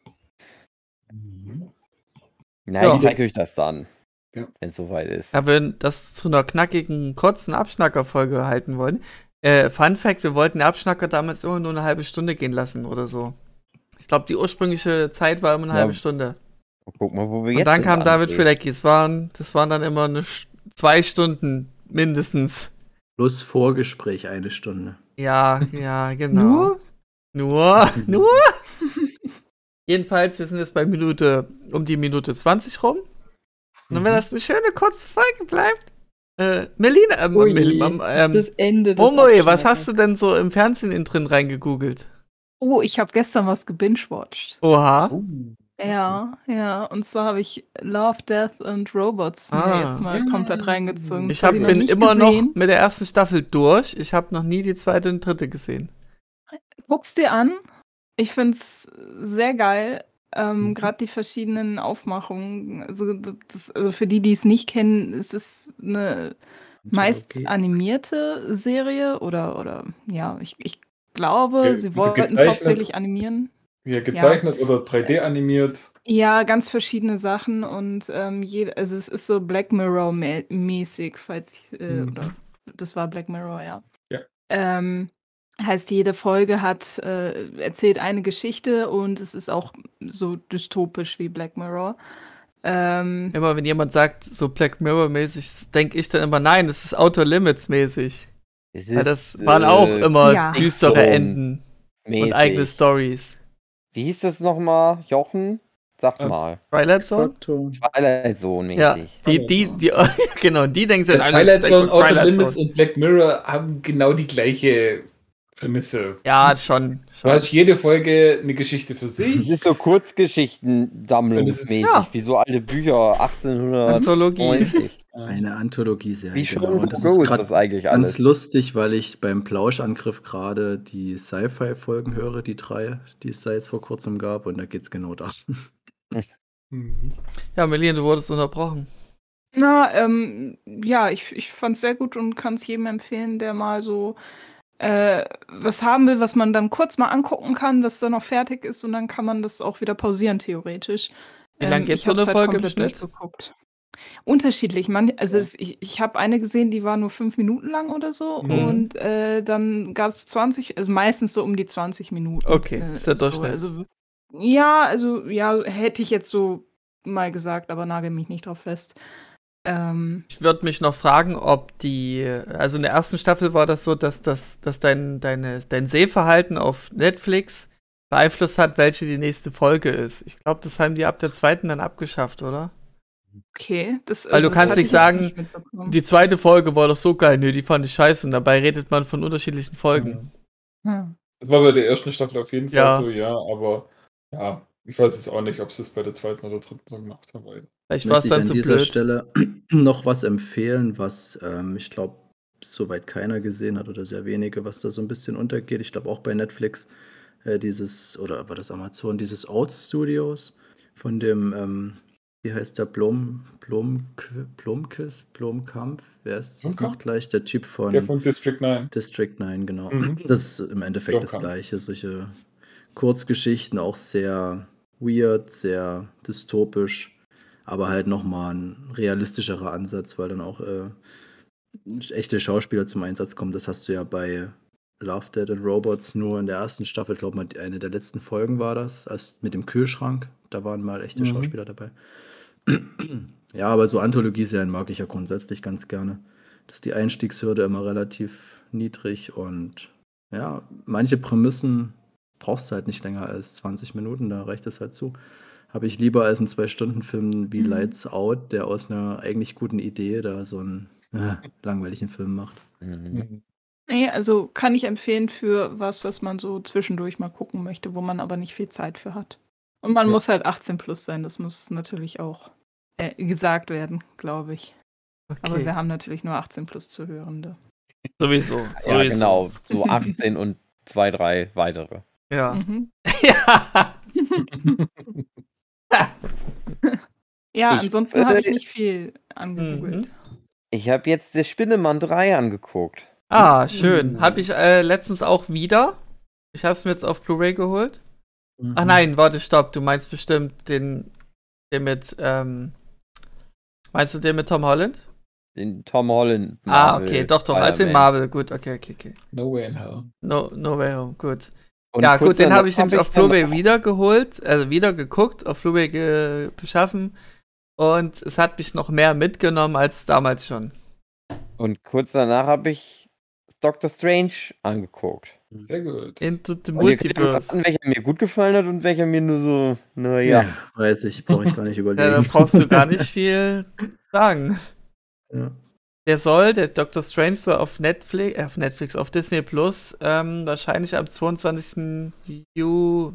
Na, Ja. ich zeige euch das dann, Ja. wenn es soweit ist. Ja, wenn wir das zu einer knackigen, kurzen Abschnacker-Folge halten wollen. Äh, Fun Fact, wir wollten den Abschnacker damals immer nur eine halbe Stunde gehen lassen oder so. Ich glaube, die ursprüngliche Zeit war immer eine Ja, halbe Stunde. Guck mal, wo wir Und jetzt dann sind, kam David André. Filecki. Es waren, das waren dann immer eine, Sch- zwei Stunden mindestens. Plus Vorgespräch eine Stunde. Ja, ja, genau. Nur? Nur? Nur? Jedenfalls, wir sind jetzt bei Minute, um die Minute zwanzig rum. Und wenn das eine schöne kurze Folge bleibt, äh, Melina, ähm, Ui, Mel, ähm, das ist das ähm, Ende des Momoe, was Abschnackers. hast du denn so im Fernsehen in drin reingegoogelt? Oh, ich habe gestern was gebingewatcht. Oha. Ja, ja. Und zwar habe ich Love, Death and Robots mir Ah. jetzt mal komplett reingezogen. Ich Das hab hab, noch bin nicht immer gesehen. noch mit der ersten Staffel durch. Ich habe noch nie die zweite und dritte gesehen. Guck's dir an. Ich find's sehr geil. Ähm, Mhm. Gerade die verschiedenen Aufmachungen. Also, das, also für die, die es nicht kennen, es ist eine meist Okay. animierte Serie oder, oder ja, ich, ich glaube, Ja, sie also wollten es gezeichnet. hauptsächlich animieren. Ja, gezeichnet oder drei D animiert. Ja, ganz verschiedene Sachen und ähm, jed- also es ist so Black Mirror-mäßig, falls ich, äh, Mhm. oder das war Black Mirror, ja. Ja. Ähm, heißt, jede Folge hat, äh, erzählt eine Geschichte und es ist auch so dystopisch wie Black Mirror. Ähm, Immer wenn jemand sagt, so Black Mirror-mäßig, denke ich dann immer, nein, es ist Outer Limits-mäßig. Es Weil das ist, waren äh, auch immer Ja. düstere so Enden mäßig. und eigene Stories. Wie hieß das nochmal, Jochen? Sag Was? mal. Twilight Zone? Faktor. Twilight Zone Ja, mäßig. die, die, die, genau, die denken Der dann Twilight Zone, Outer Twilight Limits Zone. und Black Mirror haben genau die gleiche Prämisse. Ja, schon. Du schon. hast jede Folge eine Geschichte für Das sich. ist so Kurzgeschichten-Sammlungsmäßig, Ja. wie so alte Bücher Anthologie. achtzehnhundertneunzig. Eine Anthologieserie. Wie schon genau. Und das Go ist ist gerade das eigentlich ganz alles. lustig, weil ich beim Plauschangriff gerade die Sci-Fi-Folgen höre, die drei, die es da jetzt vor kurzem gab. Und da geht es genau darum. Mhm. Ja, Melien, du wurdest unterbrochen. na, ähm, ja, ich, ich fand's sehr gut und kann es jedem empfehlen, der mal so äh, was haben will, was man dann kurz mal angucken kann, was dann noch fertig ist und dann kann man das auch wieder pausieren, theoretisch. Wie lang Ähm, geht ich so hab's eine halt Folge im komplett Schnitt? durchgeguckt. Unterschiedlich. Man, also es, ich, ich habe eine gesehen, die war nur fünf Minuten lang oder so. Mhm. Und äh, dann gab es zwanzig, also meistens so um die zwanzig Minuten. Okay, äh, ist ja doch so. schnell. Also, ja, also ja, hätte ich jetzt so mal gesagt, aber nagel mich nicht drauf fest. Ähm, Ich würde mich noch fragen, ob die, also in der ersten Staffel war das so, dass, das, dass dein, deine, dein Sehverhalten auf Netflix beeinflusst hat, welche die nächste Folge ist. Ich glaube, das haben die ab der zweiten dann abgeschafft, oder? okay. Das, Weil du das kannst hatte nicht ich jetzt sagen, nicht mitbekommen. Die zweite Folge war doch so geil, nö, die fand ich scheiße und dabei redet man von unterschiedlichen Folgen. Hm. Das war bei der ersten Staffel auf jeden Fall Ja. so, ja, aber ja, ich weiß jetzt auch nicht, ob sie es bei der zweiten oder dritten so gemacht haben. Weil Vielleicht war es Möchte ich dann an zu dieser blöd. Stelle noch was empfehlen, was ähm, ich glaube, soweit keiner gesehen hat oder sehr wenige, was da so ein bisschen untergeht. Ich glaube auch bei Netflix äh, dieses, oder war das Amazon, dieses Out Studios von dem, ähm, wie heißt der, Blom, Blom, Blomkiss, Blomkamp? Wer ist das Blomkamp? noch gleich? Der Typ von, der von District neun. District neun, genau. Mhm. Das ist im Endeffekt das Blomkamp. Gleiche. Solche Kurzgeschichten, auch sehr weird, sehr dystopisch, aber halt nochmal ein realistischerer Ansatz, weil dann auch äh, echte Schauspieler zum Einsatz kommen. Das hast du ja bei Love, Death and Robots nur in der ersten Staffel, ich glaube mal, eine der letzten Folgen war das, als mit dem Kühlschrank. Da waren mal echte Mhm. Schauspieler dabei. Ja, aber so Anthologieserien mag ich ja grundsätzlich ganz gerne. Das ist die Einstiegshürde immer relativ niedrig und ja, manche Prämissen brauchst du halt nicht länger als zwanzig Minuten, da reicht es halt zu. Habe ich lieber als einen Zwei-Stunden-Film wie Mhm. Lights Out, der aus einer eigentlich guten Idee da so einen äh, langweiligen Film macht. Mhm. Mhm. Nee, also kann ich empfehlen für was, was man so zwischendurch mal gucken möchte, wo man aber nicht viel Zeit für hat. Und man Ja. muss halt achtzehn plus sein, das muss natürlich auch äh, gesagt werden, glaube ich. Aber Okay. wir haben natürlich nur achtzehn plus Zuhörende. Sowieso. Ja, sowieso. genau. So achtzehn und zwei, drei weitere. Ja. Mhm. ja. Ja, Ich ansonsten habe ich würde- nicht viel angegoogelt. Mhm. Ich habe jetzt der Spinnemann drei angeguckt. Ah, schön. Mhm. Habe ich äh, letztens auch wieder. Ich habe es mir jetzt auf Blu-ray geholt. Mhm. Ach nein, warte, stopp. Du meinst bestimmt den, den mit, ähm, meinst du den mit Tom Holland? Den Tom Holland. ah, Marvel okay, doch, doch, als den Spider-Man. Marvel. Gut, okay, okay, okay. No way in hell. No, no way home, gut. Und ja, kurz gut, den danach habe ich nämlich hab auf dann Blu-ray auch- wieder geholt, also wieder geguckt, auf Blu-ray ge beschaffen. Und es hat mich noch mehr mitgenommen als damals schon. Und kurz danach habe ich Doctor Strange angeguckt. Sehr gut. Into the Und ihr könnt mir Multiverse. raten, welcher mir gut gefallen hat und welcher mir nur so, naja. Ja, weiß ich, brauche ich gar nicht Ja, da überlegen. brauchst du gar nicht viel sagen. Ja. Der soll, der Doctor Strange soll auf Netflix, äh, auf Netflix, auf Disney Plus, ähm, wahrscheinlich am zweiundzwanzigsten Ju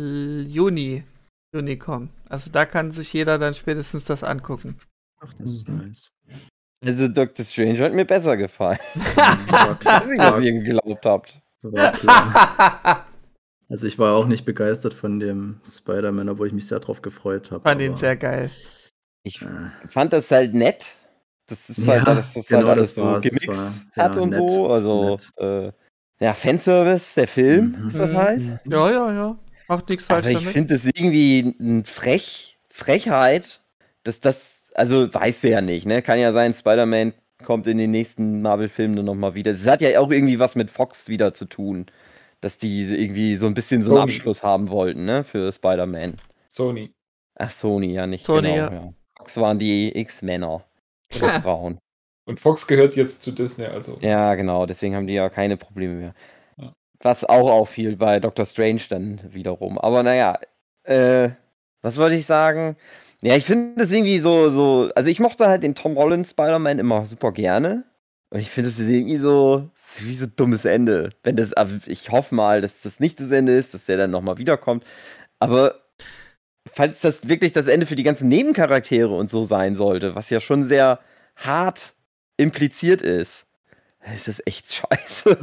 Juni, Juni kommen. Also da kann sich jeder dann spätestens das angucken. Ach, das ist nice. Also Doctor Strange hat mir besser gefallen. War Ich klar, weiß nicht, was ihr geglaubt habt. war klar. Also ich war auch nicht begeistert von dem Spider-Man, obwohl ich mich sehr drauf gefreut habe. Fand ihn aber, sehr geil. Ich Äh, fand das halt nett. Das ist halt, Ja, dass das genau, halt alles das so war's. Das Gimmicks war, hat ja, und nett, so. Also, äh, ja, Fanservice, der Film Mhm. ist das Mhm. halt. Ja, ja, ja. Macht nichts falsch Aber ich damit. finde es irgendwie ein Frech, Frechheit, dass das, also weiß sie ja nicht, ne? Kann ja sein, Spider-Man kommt in den nächsten Marvel-Filmen dann nochmal wieder. Das hat ja auch irgendwie was mit Fox wieder zu tun, dass die irgendwie so ein bisschen so einen Sony. Abschluss haben wollten, ne? Für Spider-Man. Sony. Ach, Sony, ja nicht Sony, genau. ja. Ja. Fox waren die X-Männer. Oder Frauen. Und Fox gehört jetzt zu Disney, also. Ja, genau, deswegen haben die ja keine Probleme mehr. Ja. Was auch auffiel bei Doctor Strange dann wiederum. Aber naja, äh, was wollte ich sagen? Ja, ich finde das irgendwie so, so, also ich mochte halt den Tom Holland Spider-Man immer super gerne. Und ich finde, es ist irgendwie so, es ist wie so ein dummes Ende. Wenn das, aber ich hoffe mal, dass das nicht das Ende ist, dass der dann nochmal wiederkommt. Aber falls das wirklich das Ende für die ganzen Nebencharaktere und so sein sollte, was ja schon sehr hart impliziert ist, ist das echt scheiße.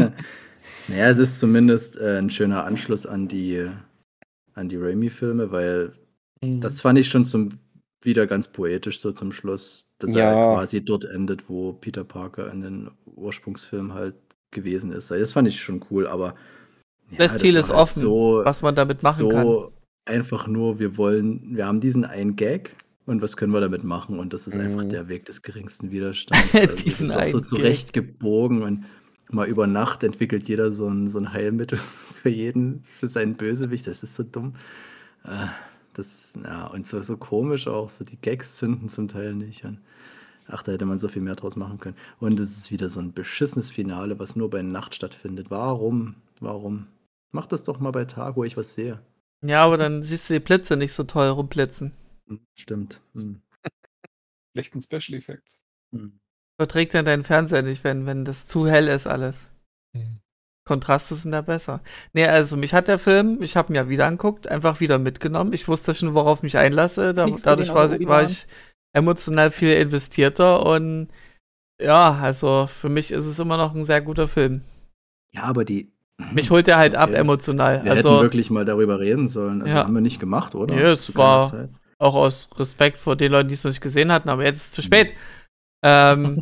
Naja, es ist zumindest äh, ein schöner Anschluss an die, an die Raimi-Filme, weil Mhm. das fand ich schon zum, wieder ganz poetisch so zum Schluss, dass er Ja. quasi dort endet, wo Peter Parker in den Ursprungsfilm halt gewesen ist. Das fand ich schon cool, aber ja, Lässt das vieles war halt offen, so, was man damit machen so kann. einfach nur, wir wollen, wir haben diesen einen Gag und was können wir damit machen? Und das ist einfach Mhm. der Weg des geringsten Widerstands. Also das Diesen ist auch so einen Gag. zurechtgebogen und mal über Nacht entwickelt jeder so ein, so ein Heilmittel für jeden, für seinen Bösewicht. Das ist so dumm. Äh, Das, ja, und so, so komisch auch. So die Gags zünden zum Teil nicht. Und ach, da hätte man so viel mehr draus machen können. Und es ist wieder so ein beschissenes Finale, was nur bei Nacht stattfindet. Warum? Warum? Mach das doch mal bei Tag, wo ich was sehe. Ja, aber dann siehst du die Blitze nicht so toll rumblitzen. Hm, Stimmt. Hm. Schlechten Special Effects. Hm. Verträgt dann deinen Fernseher nicht, wenn, wenn das zu hell ist alles. Mhm. Kontraste sind da besser. Nee, also mich hat der Film, ich habe ihn ja wieder angeguckt, einfach wieder mitgenommen. Ich wusste schon, worauf ich mich einlasse. Da, Nichts dadurch gesehen war, außer war Obi-Wan. ich emotional viel investierter und ja, also für mich ist es immer noch ein sehr guter Film. Ja, aber die. Mich holt er halt ab Okay. emotional. Wir Also hätten wirklich mal darüber reden sollen. Also Ja. haben wir nicht gemacht, oder? Ja, es Zu keiner war- Zeit. auch aus Respekt vor den Leuten, die es noch nicht gesehen hatten, aber jetzt ist es zu spät. Ähm,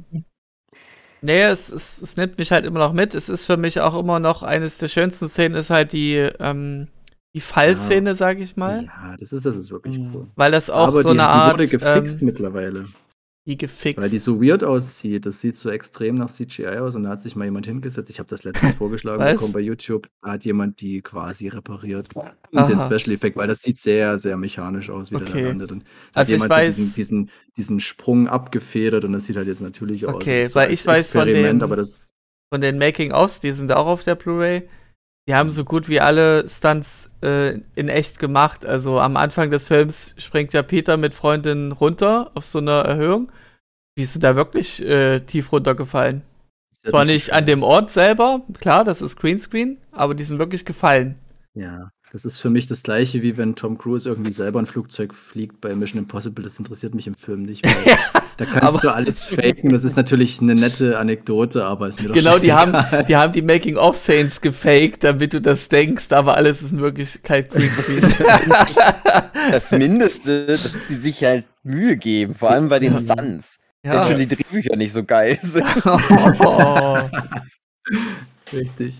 nee, es, es, es nimmt mich halt immer noch mit. Es ist für mich auch immer noch eines der schönsten Szenen, ist halt die, ähm, die Fallszene, sag ich mal. Ja, das ist, das ist wirklich Mhm. cool. Weil das auch aber so die, eine die Art, wurde gefixt ähm, mittlerweile. wie gefixt. Weil die so weird aussieht. Das sieht so extrem nach C G I aus und da hat sich mal jemand hingesetzt. Ich habe das letztens vorgeschlagen Was? bekommen bei YouTube. Da hat jemand die quasi repariert. Aha. Den Special Effekt, weil das sieht sehr, sehr mechanisch aus, wie der Okay. da landet. Und da Also hat ich jemand so weiß- diesen, diesen, diesen Sprung abgefedert und das sieht halt jetzt natürlich aus. Okay, so weil als ich weiß von Experiment, dem- aber das. Von den Making-ofs, die sind auch auf der Blu-ray. Die haben so gut wie alle Stunts äh, in echt gemacht. Also am Anfang des Films springt ja Peter mit Freundin runter auf so einer Erhöhung. Die sind da wirklich äh, tief runtergefallen. das Zwar wird nicht an dem Scheiß. Ort selber, klar, das ist Greenscreen, aber die sind wirklich gefallen. Ja, das ist für mich das Gleiche, wie wenn Tom Cruise irgendwie selber ein Flugzeug fliegt bei Mission Impossible. Das interessiert mich im Film nicht. Weil da kannst aber- du alles faken. Das ist natürlich eine nette Anekdote, aber ist mir doch Genau, die haben, scheißegal. die haben die Making-of-Scenes gefaked, damit du das denkst, aber alles ist in Wirklichkeit Greenscreen. Das Mindeste, dass die sich halt Mühe geben, vor allem bei den Ja. Stunts. Wenn ja. schon die Drehbücher nicht so geil sind. Oh. Richtig.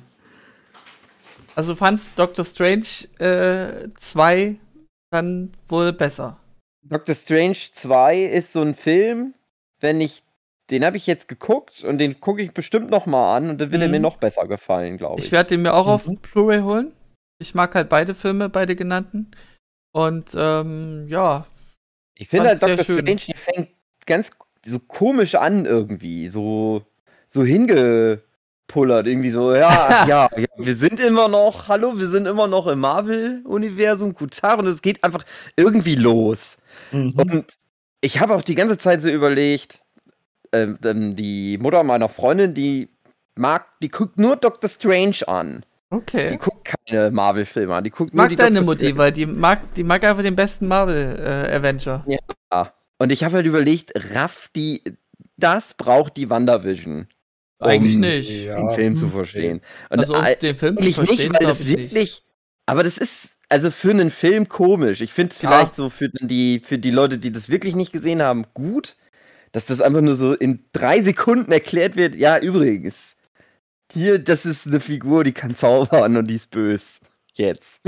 Also fandst Doctor Strange äh, zwei dann wohl besser. Doctor Strange zwei ist so ein Film, wenn ich, den habe ich jetzt geguckt und den gucke ich bestimmt noch mal an und dann wird er Mhm. mir noch besser gefallen, glaube ich. Ich werde den mir auch auf Mhm. Blu-ray holen. Ich mag halt beide Filme, beide genannten. Und ähm, ja, Ich finde halt fand's Doctor sehr schön. Strange, die fängt ganz so komisch an irgendwie, so, so hingepullert, irgendwie so, ja, ja, ja, wir sind immer noch, hallo, wir sind immer noch im Marvel-Universum, guten Tag, und es geht einfach irgendwie los. Mhm. Und ich habe auch die ganze Zeit so überlegt, ähm, ähm, die Mutter meiner Freundin, die mag, die guckt nur Doctor Strange an. Die okay. guckt keine Marvel-Filme an, die guckt nur Mag die deine Doctor Mutti, Strange. weil die mag, die mag einfach den besten Marvel-Avenger. Und ich habe halt überlegt, rafft die, das braucht die WandaVision, Eigentlich um nicht. Ja. den Film zu hm, verstehen. Und Also um äh, den Film zu eigentlich verstehen, nicht, weil glaub das ich wirklich, nicht. aber das ist also für einen Film komisch. Ich finde es Ja. vielleicht so für die, für die Leute, die das wirklich nicht gesehen haben, gut, dass das einfach nur so in drei Sekunden erklärt wird. Ja, übrigens, hier, das ist eine Figur, die kann zaubern und die ist böse. Jetzt.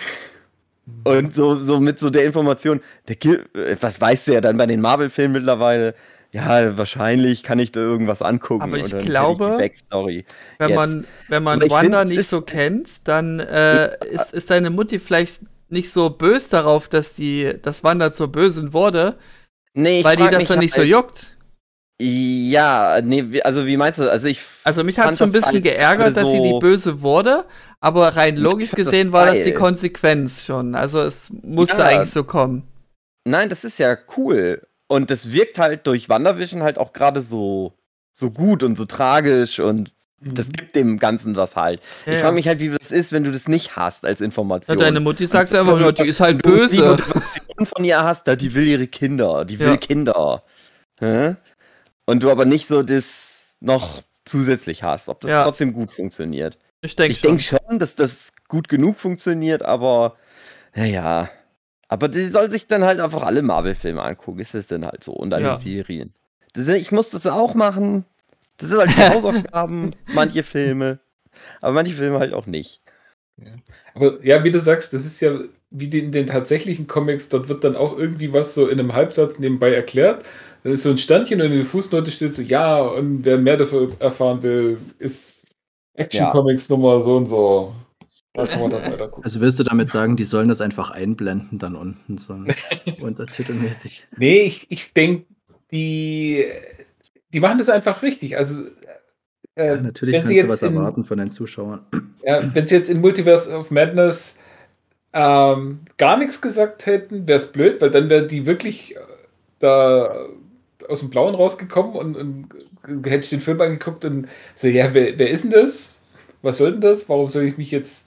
Und so, so mit so der Information, der, Ki- äh, was weiß der dann bei den Marvel-Filmen mittlerweile? Ja, wahrscheinlich kann ich da irgendwas angucken. Aber ich und dann glaube, hätte ich die Backstory. Wenn Jetzt. man, wenn man Aber ich Wanda find, es nicht ist- so kennt, dann äh, ist, ist deine Mutti vielleicht nicht so böse darauf, dass die, dass Wanda zur Bösen wurde, Nee, ich weil die frag das mich dann nicht so halt- juckt. Ja, nee, wie- also wie meinst du? Also ich Also mich hat fand schon ein das bisschen halt geärgert, dass sie so- die Böse wurde, aber rein logisch fand das gesehen war das die geil. Konsequenz schon. Also es musste Ja. eigentlich so kommen. Nein, das ist ja cool. Und das wirkt halt durch WandaVision halt auch gerade so, so gut und so tragisch und das gibt dem Ganzen was halt. Ja, ich ja. frage mich halt, wie das ist, wenn du das nicht hast als Ja, Information. deine Mutti sagt Und- einfach, ja, die ist halt und du die böse. Motivation von ihr hast, da die will ihre Kinder, die will Ja. Kinder. Hä? Und du aber nicht so das noch zusätzlich hast, ob das Ja. trotzdem gut funktioniert. Ich denke Ich schon. denke schon, dass das gut genug funktioniert, aber naja. Aber die soll sich dann halt einfach alle Marvel-Filme angucken, ist das denn halt so. Und dann Ja. die Serien. Das, ich muss das auch machen. Das sind halt die Hausaufgaben, manche Filme. Aber manche Filme halt auch nicht. Aber ja, wie du sagst, das ist ja wie die in den tatsächlichen Comics, dort wird dann auch irgendwie was so in einem Halbsatz nebenbei erklärt. Dann ist so ein Sternchen und in der Fußnote steht so, ja, und wer mehr dafür erfahren will, ist Action Comics ja. Nummer so und so. Da kann man dann weiter gucken. Also willst du damit sagen, die sollen das einfach einblenden dann unten, so untertitelmäßig? Nee, ich, ich denke, die, die machen das einfach richtig. Also äh, ja, natürlich kannst du was in, erwarten von den Zuschauern. Ja, wenn sie jetzt in Multiverse of Madness ähm, gar nichts gesagt hätten, wäre es blöd, weil dann wäre die wirklich da aus dem Blauen rausgekommen und, und hätte ich den Film angeguckt und so, ja, wer, wer ist denn das? Was soll denn das? Warum soll ich mich jetzt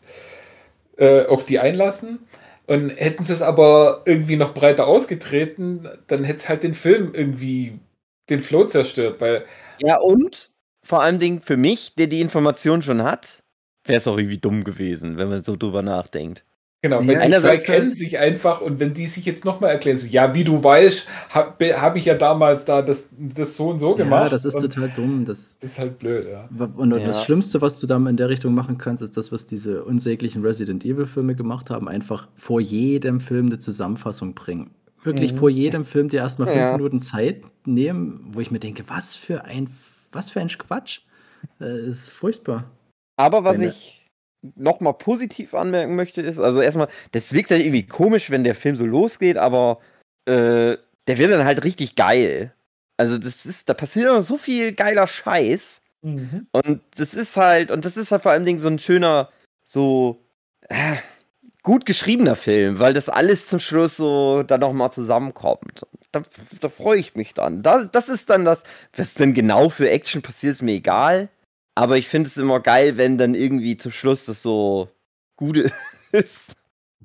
äh, auf die einlassen? Und hätten sie es aber irgendwie noch breiter ausgetreten, dann hätte es halt den Film irgendwie den Flow zerstört, weil... Ja, und vor allen Dingen für mich, der die Information schon hat, wäre es auch irgendwie dumm gewesen, wenn man so drüber nachdenkt. Genau, weil ja, die zwei kennen halt sich einfach und wenn die sich jetzt nochmal erklären, so, ja, wie du weißt, habe hab ich ja damals da das, das so und so gemacht. Ja, das ist total dumm. Das, das ist halt blöd, ja. Und ja. das Schlimmste, was du da in der Richtung machen kannst, ist das, was diese unsäglichen Resident Evil Filme gemacht haben, einfach vor jedem Film eine Zusammenfassung bringen. Wirklich mhm. vor jedem Film dir erstmal fünf ja. Minuten Zeit nehmen, wo ich mir denke, was für ein, was für ein Quatsch. Das ist furchtbar. Aber was Wenn ich nochmal positiv anmerken möchte, ist, also erstmal, das wirkt halt irgendwie komisch, wenn der Film so losgeht, aber äh, der wird dann halt richtig geil. Also das ist, da passiert noch so viel geiler Scheiß. Mhm. Und das ist halt, und das ist halt vor allem Ding so ein schöner, so äh, gut geschriebener Film, weil das alles zum Schluss so dann nochmal zusammenkommt. Da, da freue ich mich dann. Da, das ist dann das, was denn genau für Action passiert, ist mir egal. Aber ich finde es immer geil, wenn dann irgendwie zum Schluss das so gut ist.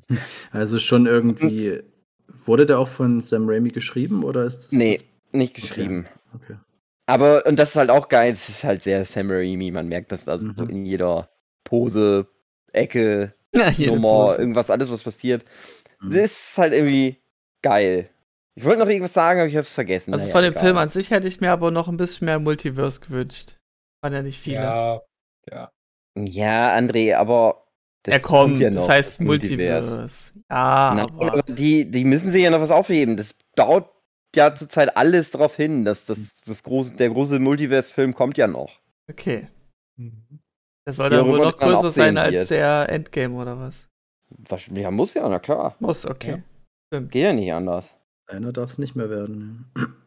Also schon irgendwie. Und, wurde der auch von Sam Raimi geschrieben oder ist das? Nee, das? nicht geschrieben. Okay. Okay. Aber, und das ist halt auch geil, es ist halt sehr Sam Raimi, man merkt das da so Mhm. in jeder Pose, Ecke, Ja, jede Nummer, Pose. irgendwas, alles, was passiert. Mhm. Das ist halt irgendwie geil. Ich wollte noch irgendwas sagen, aber ich habe es vergessen. Also Naja, von dem egal. Film an sich hätte ich mir aber noch ein bisschen mehr Multiverse gewünscht. Waren ja nicht viele. Ja, ja. Ja, André, aber das er kommt, ja noch, das heißt das Multiverse. Multiverse. Ja, Nein, aber aber die, die müssen sich ja noch was aufheben. Das baut ja zurzeit alles darauf hin, dass das, das große, der große Multiverse-Film kommt ja noch. okay. Mhm. Der soll Ja, dann wohl worüber noch man auch größer sein sehen als wird. der Endgame oder was? Was, ja, muss ja, na klar. Muss, okay. Stimmt. Geht ja nicht anders. Einer darf es nicht mehr werden.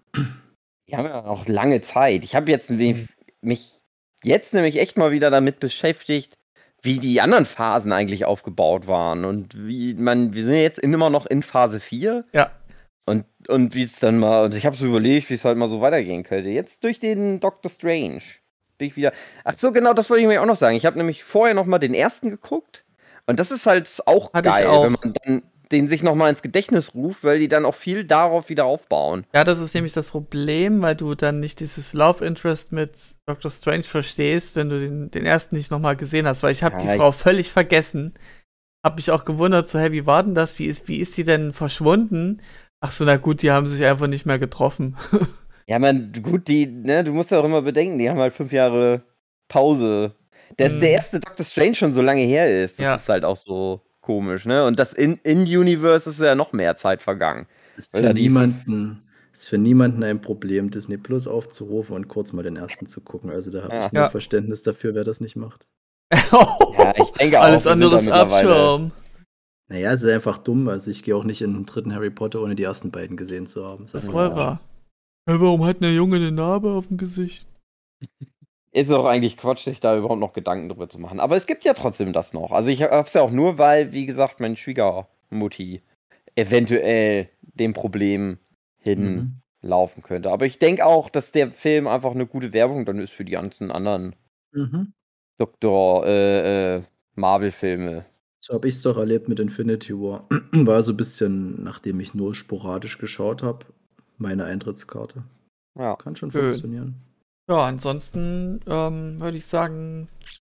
Die haben ja noch lange Zeit. Ich habe jetzt ein wenig, mich jetzt nämlich echt mal wieder damit beschäftigt, wie die anderen Phasen eigentlich aufgebaut waren. Und wie man, wir sind jetzt immer noch in Phase vier. Ja. Und, und wie es dann mal, und ich habe so überlegt, wie es halt mal so weitergehen könnte. Jetzt durch den Doctor Strange bin ich wieder. Ach so, genau, das wollte ich mir auch noch sagen. Ich habe nämlich vorher noch mal den ersten geguckt. Und das ist halt auch Hatte ich geil, auch. wenn man dann den sich noch mal ins Gedächtnis ruft, weil die dann auch viel darauf wieder aufbauen. Ja, das ist nämlich das Problem, weil du dann nicht dieses Love Interest mit Doctor Strange verstehst, wenn du den, den ersten nicht nochmal gesehen hast, weil ich habe Ja, die ich- Frau völlig vergessen. Hab mich auch gewundert, so, hey, wie war denn das? Wie ist, wie ist die denn verschwunden? Ach so, na gut, die haben sich einfach nicht mehr getroffen. Ja, man, gut, die, ne, du musst ja auch immer bedenken, die haben halt fünf Jahre Pause. Dass Mhm. der erste Doctor Strange schon so lange her ist, das Ja. ist halt auch so komisch, ne? Und das in, in Universe ist ja noch mehr Zeit vergangen. Ist Weil für ja die- niemanden, ist für niemanden ein Problem, Disney Plus aufzurufen und kurz mal den ersten zu gucken. Also da habe Ja. ich nur Ja. Verständnis dafür, wer das nicht macht. Ja, ich denke auch, Alles wir sind da andere ist mittlerweile- Abschaum. Naja, es ist einfach dumm. Also ich gehe auch nicht in den dritten Harry Potter, ohne die ersten beiden gesehen zu haben. Das ist ist voll einfach- wahr. Hey, warum hat der Junge eine Narbe auf dem Gesicht? Ist doch eigentlich Quatsch, sich da überhaupt noch Gedanken drüber zu machen. Aber es gibt ja trotzdem das noch. Also ich hab's ja auch nur, weil, wie gesagt, meine Schwiegermutti eventuell dem Problem Mhm. hinlaufen könnte. Aber ich denke auch, dass der Film einfach eine gute Werbung dann ist für die ganzen anderen Mhm. Doktor äh, äh, Marvel-Filme. So habe ich es doch erlebt mit Infinity War. War so ein bisschen, nachdem ich nur sporadisch geschaut habe, meine Eintrittskarte. Ja. Kann schon Schön. funktionieren. Ja, ansonsten ähm, würde ich sagen,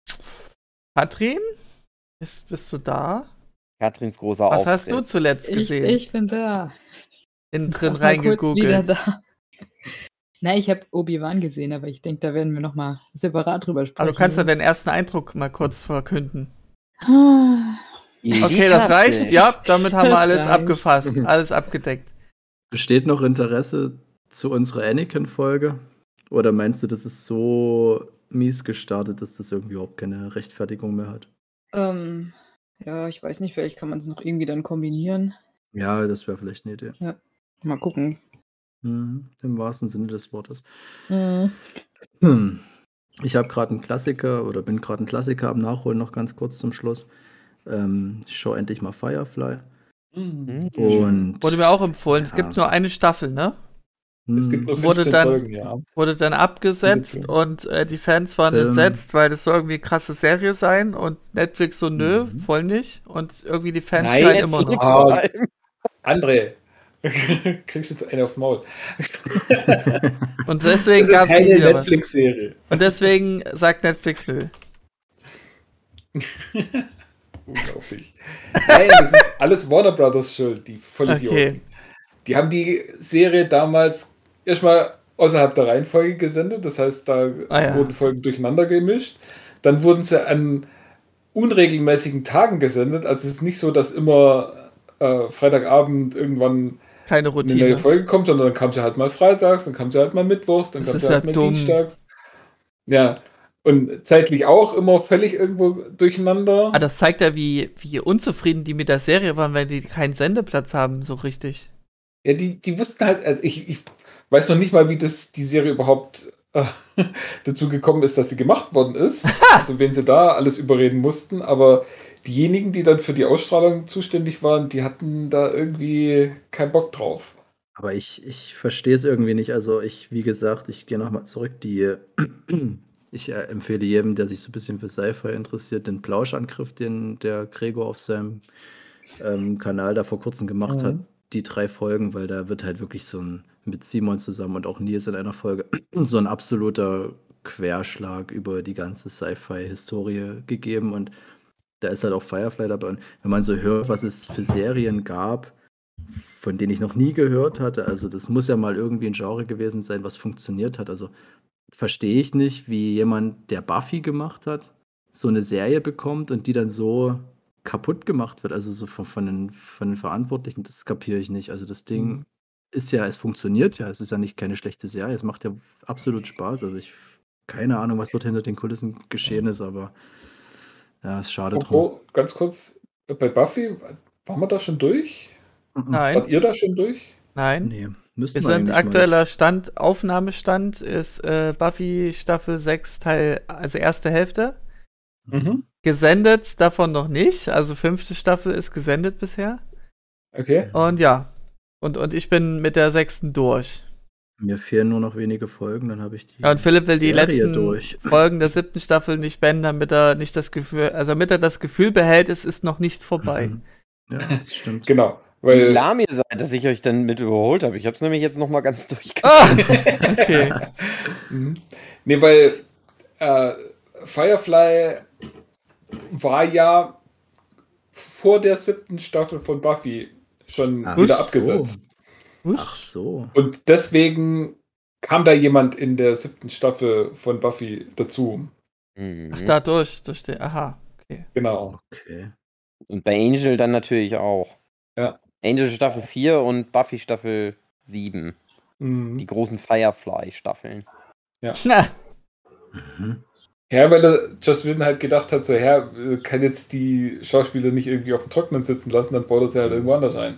Katrin, ist, bist du da? Katrins großer Was Auftritt. hast du zuletzt Ich, gesehen? ich bin da. Innen Sag drin mal kurz wieder reingegoogelt. da. Nein, ich habe Obi-Wan gesehen, aber ich denke, da werden wir noch mal separat drüber sprechen. Aber du kannst ja deinen ersten Eindruck mal kurz verkünden. Ah, Okay, das reicht. Ja, damit haben wir Das alles reicht. abgefasst, alles abgedeckt. Besteht noch Interesse zu unserer Anakin-Folge? Oder meinst du, das ist so mies gestartet, dass das irgendwie überhaupt keine Rechtfertigung mehr hat? Ähm, ja, ich weiß nicht, vielleicht kann man es noch irgendwie dann kombinieren. Ja, das wäre vielleicht eine Idee. Mal gucken. Mhm, im wahrsten Sinne des Wortes. Mhm. Hm. Ich habe gerade einen Klassiker oder bin gerade einen Klassiker am Nachholen, noch ganz kurz zum Schluss. Ähm, ich schaue endlich mal Firefly. Mhm. Und Wurde mir auch empfohlen. Es Ja. gibt nur eine Staffel, ne? Es gibt nur hm, Wurde fünfzehn dann- Folgen, ja. Wurde dann abgesetzt Bitte. und äh, die Fans waren Ähm. entsetzt, weil das soll irgendwie eine krasse Serie sein und Netflix so, nö, Mhm. voll nicht. Und irgendwie die Fans Nein, schreien immer Netflix noch. Ah, vor allem. André, kriegst jetzt eine aufs Maul. Und deswegen Das ist gab es keine nicht wieder was. Netflix-Serie. Und deswegen sagt Netflix nö. Unglaublich. Nein, das ist alles Warner Brothers Schuld, die Vollidioten. Okay. Die haben die Serie damals erstmal außerhalb der Reihenfolge gesendet, das heißt, da Ah, ja. wurden Folgen durcheinander gemischt. Dann wurden sie an unregelmäßigen Tagen gesendet, also es ist nicht so, dass immer äh, Freitagabend irgendwann Keine eine neue Routine. Folge kommt, sondern dann kam sie halt mal freitags, dann kam sie halt mal mittwochs, dann Das kam ist sie halt ja mal dumm. dienstags. Ja, und zeitlich auch immer völlig irgendwo durcheinander. Ah, das zeigt ja, wie, wie unzufrieden die mit der Serie waren, weil die keinen Sendeplatz haben, so richtig. Ja, die, die wussten halt, also ich, ich weiß noch nicht mal, wie das die Serie überhaupt äh, dazu gekommen ist, dass sie gemacht worden ist. Also wen sie da alles überreden mussten, aber diejenigen, die dann für die Ausstrahlung zuständig waren, die hatten da irgendwie keinen Bock drauf. Aber ich, ich verstehe es irgendwie nicht. Also ich, wie gesagt, ich gehe nochmal zurück. Die, ich äh, empfehle jedem, der sich so ein bisschen für Sci-Fi interessiert, den Plauschangriff, den der Gregor auf seinem ähm, Kanal da vor kurzem gemacht Mhm. hat. Die drei Folgen, weil da wird halt wirklich so ein, mit Simon zusammen und auch Nils in einer Folge, so ein absoluter Querschlag über die ganze Sci-Fi-Historie gegeben. Und da ist halt auch Firefly dabei. Und wenn man so hört, was es für Serien gab, von denen ich noch nie gehört hatte. Also das muss ja mal irgendwie ein Genre gewesen sein, was funktioniert hat. Also verstehe ich nicht, wie jemand, der Buffy gemacht hat, so eine Serie bekommt und die dann so kaputt gemacht wird. Also so von, von, den, von den Verantwortlichen, das kapiere ich nicht. Also das Ding Mhm. ist ja, es funktioniert ja. Es ist ja nicht keine schlechte Serie. Es macht ja absolut Spaß. Also ich, keine Ahnung, was dort hinter den Kulissen geschehen ist, aber ja, es ist schade drum. Oh, ganz kurz, bei Buffy, waren wir da schon durch? Nein, Wart ihr da schon durch? nein. Nee, müssten Wir wir sind eigentlich aktueller Stand, Aufnahmestand ist äh, Buffy Staffel sechs Teil, also erste Hälfte. Mhm. Gesendet davon noch nicht, also fünfte Staffel ist gesendet bisher. Okay. Und ja, und, und ich bin mit der sechsten durch. mal. Mir fehlen nur noch wenige Folgen, dann habe ich die Ja, und Philipp will die Serie letzten durch. Folgen der siebten Staffel nicht beenden, damit er nicht das Gefühl, also damit er das Gefühl behält, es ist noch nicht vorbei. Mhm. Ja, das stimmt. Genau. Wie Weil lahm ihr seid, dass ich euch dann mit überholt habe. Ich habe es nämlich jetzt noch mal ganz durchgeguckt. Ah, okay. Mhm. Nee, weil äh, Firefly war ja vor der siebten Staffel von Buffy schon Ach wieder so. abgesetzt. Ach so. Und deswegen kam da jemand in der siebten Staffel von Buffy dazu. Mhm. Ach, dadurch, durch den, aha, okay. Genau. Okay. Und bei Angel dann natürlich auch. Ja. Angel Staffel vier und Buffy Staffel sieben. Die Mhm. großen Firefly-Staffeln. Na, Mhm. Ja, weil der Joss Whedon halt gedacht hat, so, Herr, kann jetzt die Schauspieler nicht irgendwie auf dem Trockenen sitzen lassen, dann baut er sie halt irgendwo anders ein.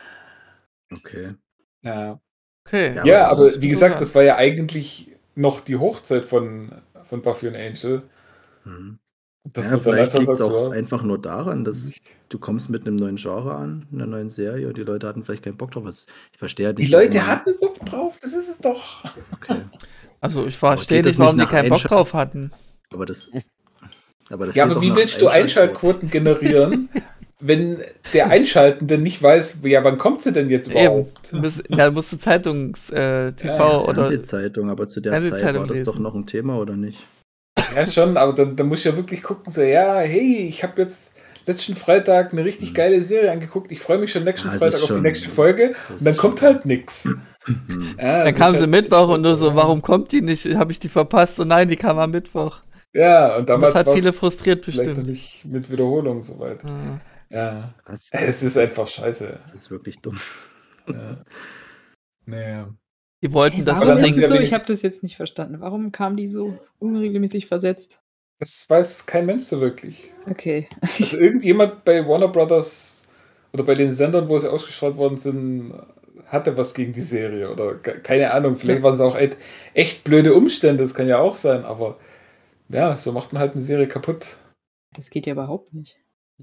Okay. Ja. okay. Ja, Ja, aber aber wie gesagt, das war ja eigentlich noch die Hochzeit von, von Buffy und Angel. Mhm. Das ja, wird dann vielleicht einfach liegt es dazu, auch ja. einfach nur daran, dass du kommst mit einem neuen Genre an, einer neuen Serie und die Leute hatten vielleicht keinen Bock drauf. Was- Ich verstehe halt Die nicht, Leute warum man- hatten Bock drauf, das ist es doch. Okay. Also ich verstehe geht das nicht, warum nicht die nach keinen Bock Einschalt- drauf hatten. Aber das. Aber das Ja, geht aber doch wie nach willst du Einschaltquoten. Einschaltquoten generieren, wenn der Einschaltende nicht weiß, ja, wann kommt sie denn jetzt Eben. überhaupt? Du musst, da musst du Zeitungs, äh, T V Ja, ja, oder. Fernsehzeitung, aber zu der Zeit Fernsehzeitung war das doch lesen. noch ein Thema, oder nicht? Ja, schon, aber dann, dann musst du ja wirklich gucken, so, ja, hey, ich habe jetzt letzten Freitag eine richtig geile Serie angeguckt, ich freue mich schon nächsten Ja, es Freitag ist auf die schon- nächste das- Folge das und dann ist kommt schon- halt nix. Hm. Ja, Dann das kam ist sie halt Mittwoch und nur so, ja. warum kommt die nicht? Habe ich die verpasst? Und nein, die kam am Mittwoch. Ja, und Und damals das hat war's viele frustriert vielleicht noch bestimmt. nicht mit Wiederholung und so weiter. Ah. Ja. Was? Es ist Das- einfach scheiße. Das ist wirklich dumm. Ja. Naja. Die wollten Hey, das warum dann haben ist sie es ja so? wenig- Ich habe das jetzt nicht verstanden. Warum kamen die so unregelmäßig versetzt? Das weiß kein Mensch so wirklich. Okay. Also irgendjemand bei Warner Brothers oder bei den Sendern, wo sie ausgestrahlt worden sind, hatte was gegen die Serie. Oder ke- keine Ahnung, vielleicht waren es auch echt, echt blöde Umstände, das kann ja auch sein, aber ja, so macht man halt eine Serie kaputt. Das geht ja überhaupt nicht.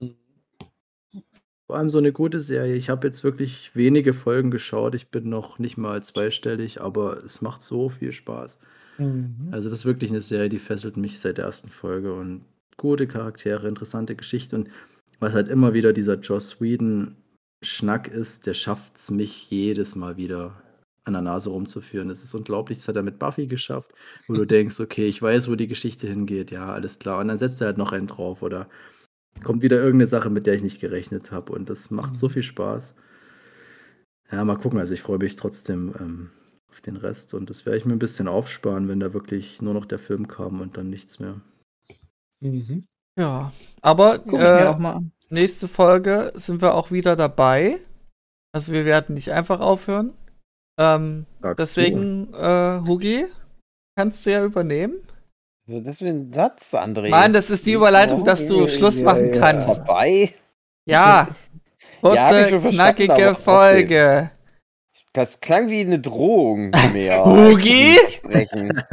Vor allem so eine gute Serie. Ich habe jetzt wirklich wenige Folgen geschaut. Ich bin noch nicht mal zweistellig, aber es macht so viel Spaß. Also das ist wirklich eine Serie, die fesselt mich seit der ersten Folge und gute Charaktere, interessante Geschichte und was halt immer wieder dieser Joss Whedon-Schnack ist, der schafft es mich jedes Mal wieder an der Nase rumzuführen. Es ist unglaublich, das hat er mit Buffy geschafft, wo du denkst, okay, ich weiß, wo die Geschichte hingeht, ja, alles klar. Und dann setzt er halt noch einen drauf oder kommt wieder irgendeine Sache, mit der ich nicht gerechnet habe und das macht so viel Spaß. Ja, mal gucken, also ich freue mich trotzdem ähm, auf den Rest und das werde ich mir ein bisschen aufsparen, wenn da wirklich nur noch der Film kam und dann nichts mehr. Mhm. Ja, aber Guck ich mir äh, auch mal an. nächste Folge sind wir auch wieder dabei. Also wir werden nicht einfach aufhören. Ähm, Sagst deswegen, äh, Hugi, kannst du ja übernehmen. So, das für ein Satz, André. Mann, das ist die Überleitung, dass du Schluss machen Ist kannst. vorbei. Ja, kurze, Ja, hab ich schon verstanden, knackige aber trotzdem. Folge. Das klang wie eine Drohung mehr. Hugi? als ein Versprechen.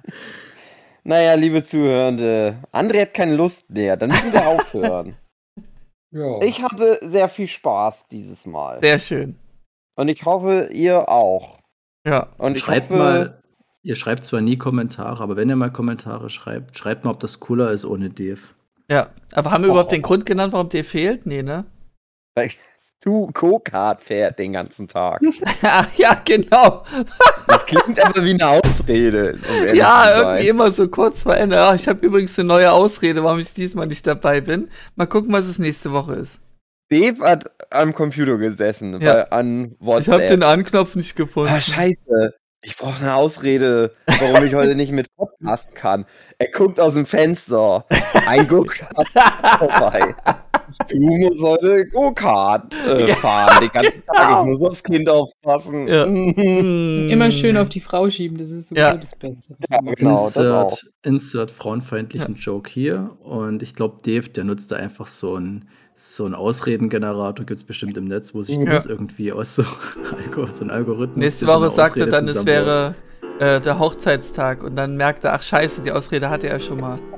Naja, liebe Zuhörende, André hat keine Lust mehr, dann müssen wir aufhören. Ja. Ich hatte sehr viel Spaß dieses Mal. Sehr schön. Und ich hoffe, ihr auch. Ja. Und ich Schreibt hoffe, mal, ihr schreibt zwar nie Kommentare, aber wenn ihr mal Kommentare schreibt, schreibt mal, ob das cooler ist ohne Dave. Ja. Aber haben wir überhaupt Oh. den Grund genannt, warum der fehlt? Nee, ne? weil du Go-Kart fährt den ganzen Tag. Ach ja, genau. Das klingt aber wie eine Ausrede. Um ehrlich Ja, zu sein. irgendwie immer so kurz vor Ende. Ach, ich habe übrigens eine neue Ausrede, warum ich diesmal nicht dabei bin. Mal gucken, was es nächste Woche ist. Dave hat am Computer gesessen, Ja. bei, an WhatsApp. Ich habe den Anknopf nicht gefunden. Ah, scheiße. Ich brauche eine Ausrede, warum ich heute nicht mit Podcast kann. Er guckt aus dem Fenster. Ein Go-Kart vorbei. Du musst heute Go-Kart äh, Ja, fahren den ganzen genau. Tag. Ich muss aufs Kind aufpassen. Ja. Immer schön auf die Frau schieben, das ist so Ja. das Beste. Ja, genau, das auch. Insert, insert frauenfeindlichen Joke hier. Und ich glaube, Dave, der nutzt da einfach so einen so einen Ausredengenerator, gibt es bestimmt im Netz, wo sich Ja. das irgendwie aus so, Algo- so ein Algorithmus. Nächste so eine Woche sagt er Ausrede dann, es zusammenbaut. wäre äh, der Hochzeitstag und dann merkt er, ach scheiße, die Ausrede hatte er schon mal.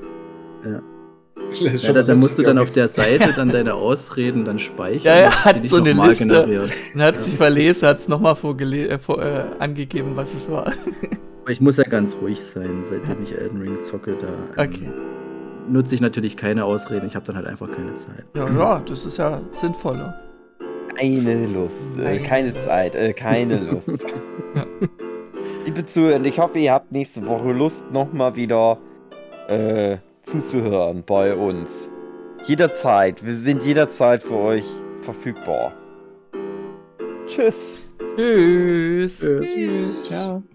Ja, da, da musst du dann auf der Seite dann deine Ausreden dann speichern. Ja, ja, dass die hat dich so eine nochmal Liste. generiert. Dann hat Ja. sich verlesen, hat es nochmal äh, vor, äh, angegeben, was es war. Aber ich muss ja ganz ruhig sein, seitdem ich Elden Ring zocke. Da ähm, Okay. nutze ich natürlich keine Ausreden. Ich habe dann halt einfach keine Zeit. Ja, ja, das ist ja sinnvoller. Keine Lust, äh, Nein. keine Zeit, äh, keine Lust. Ja. Liebe Zuhörer, ich hoffe, ihr habt nächste Woche Lust, nochmal wieder äh, zuzuhören bei uns. Jederzeit, wir sind jederzeit für euch verfügbar. Tschüss. Tschüss. Tschüss. Tschüss. Ciao.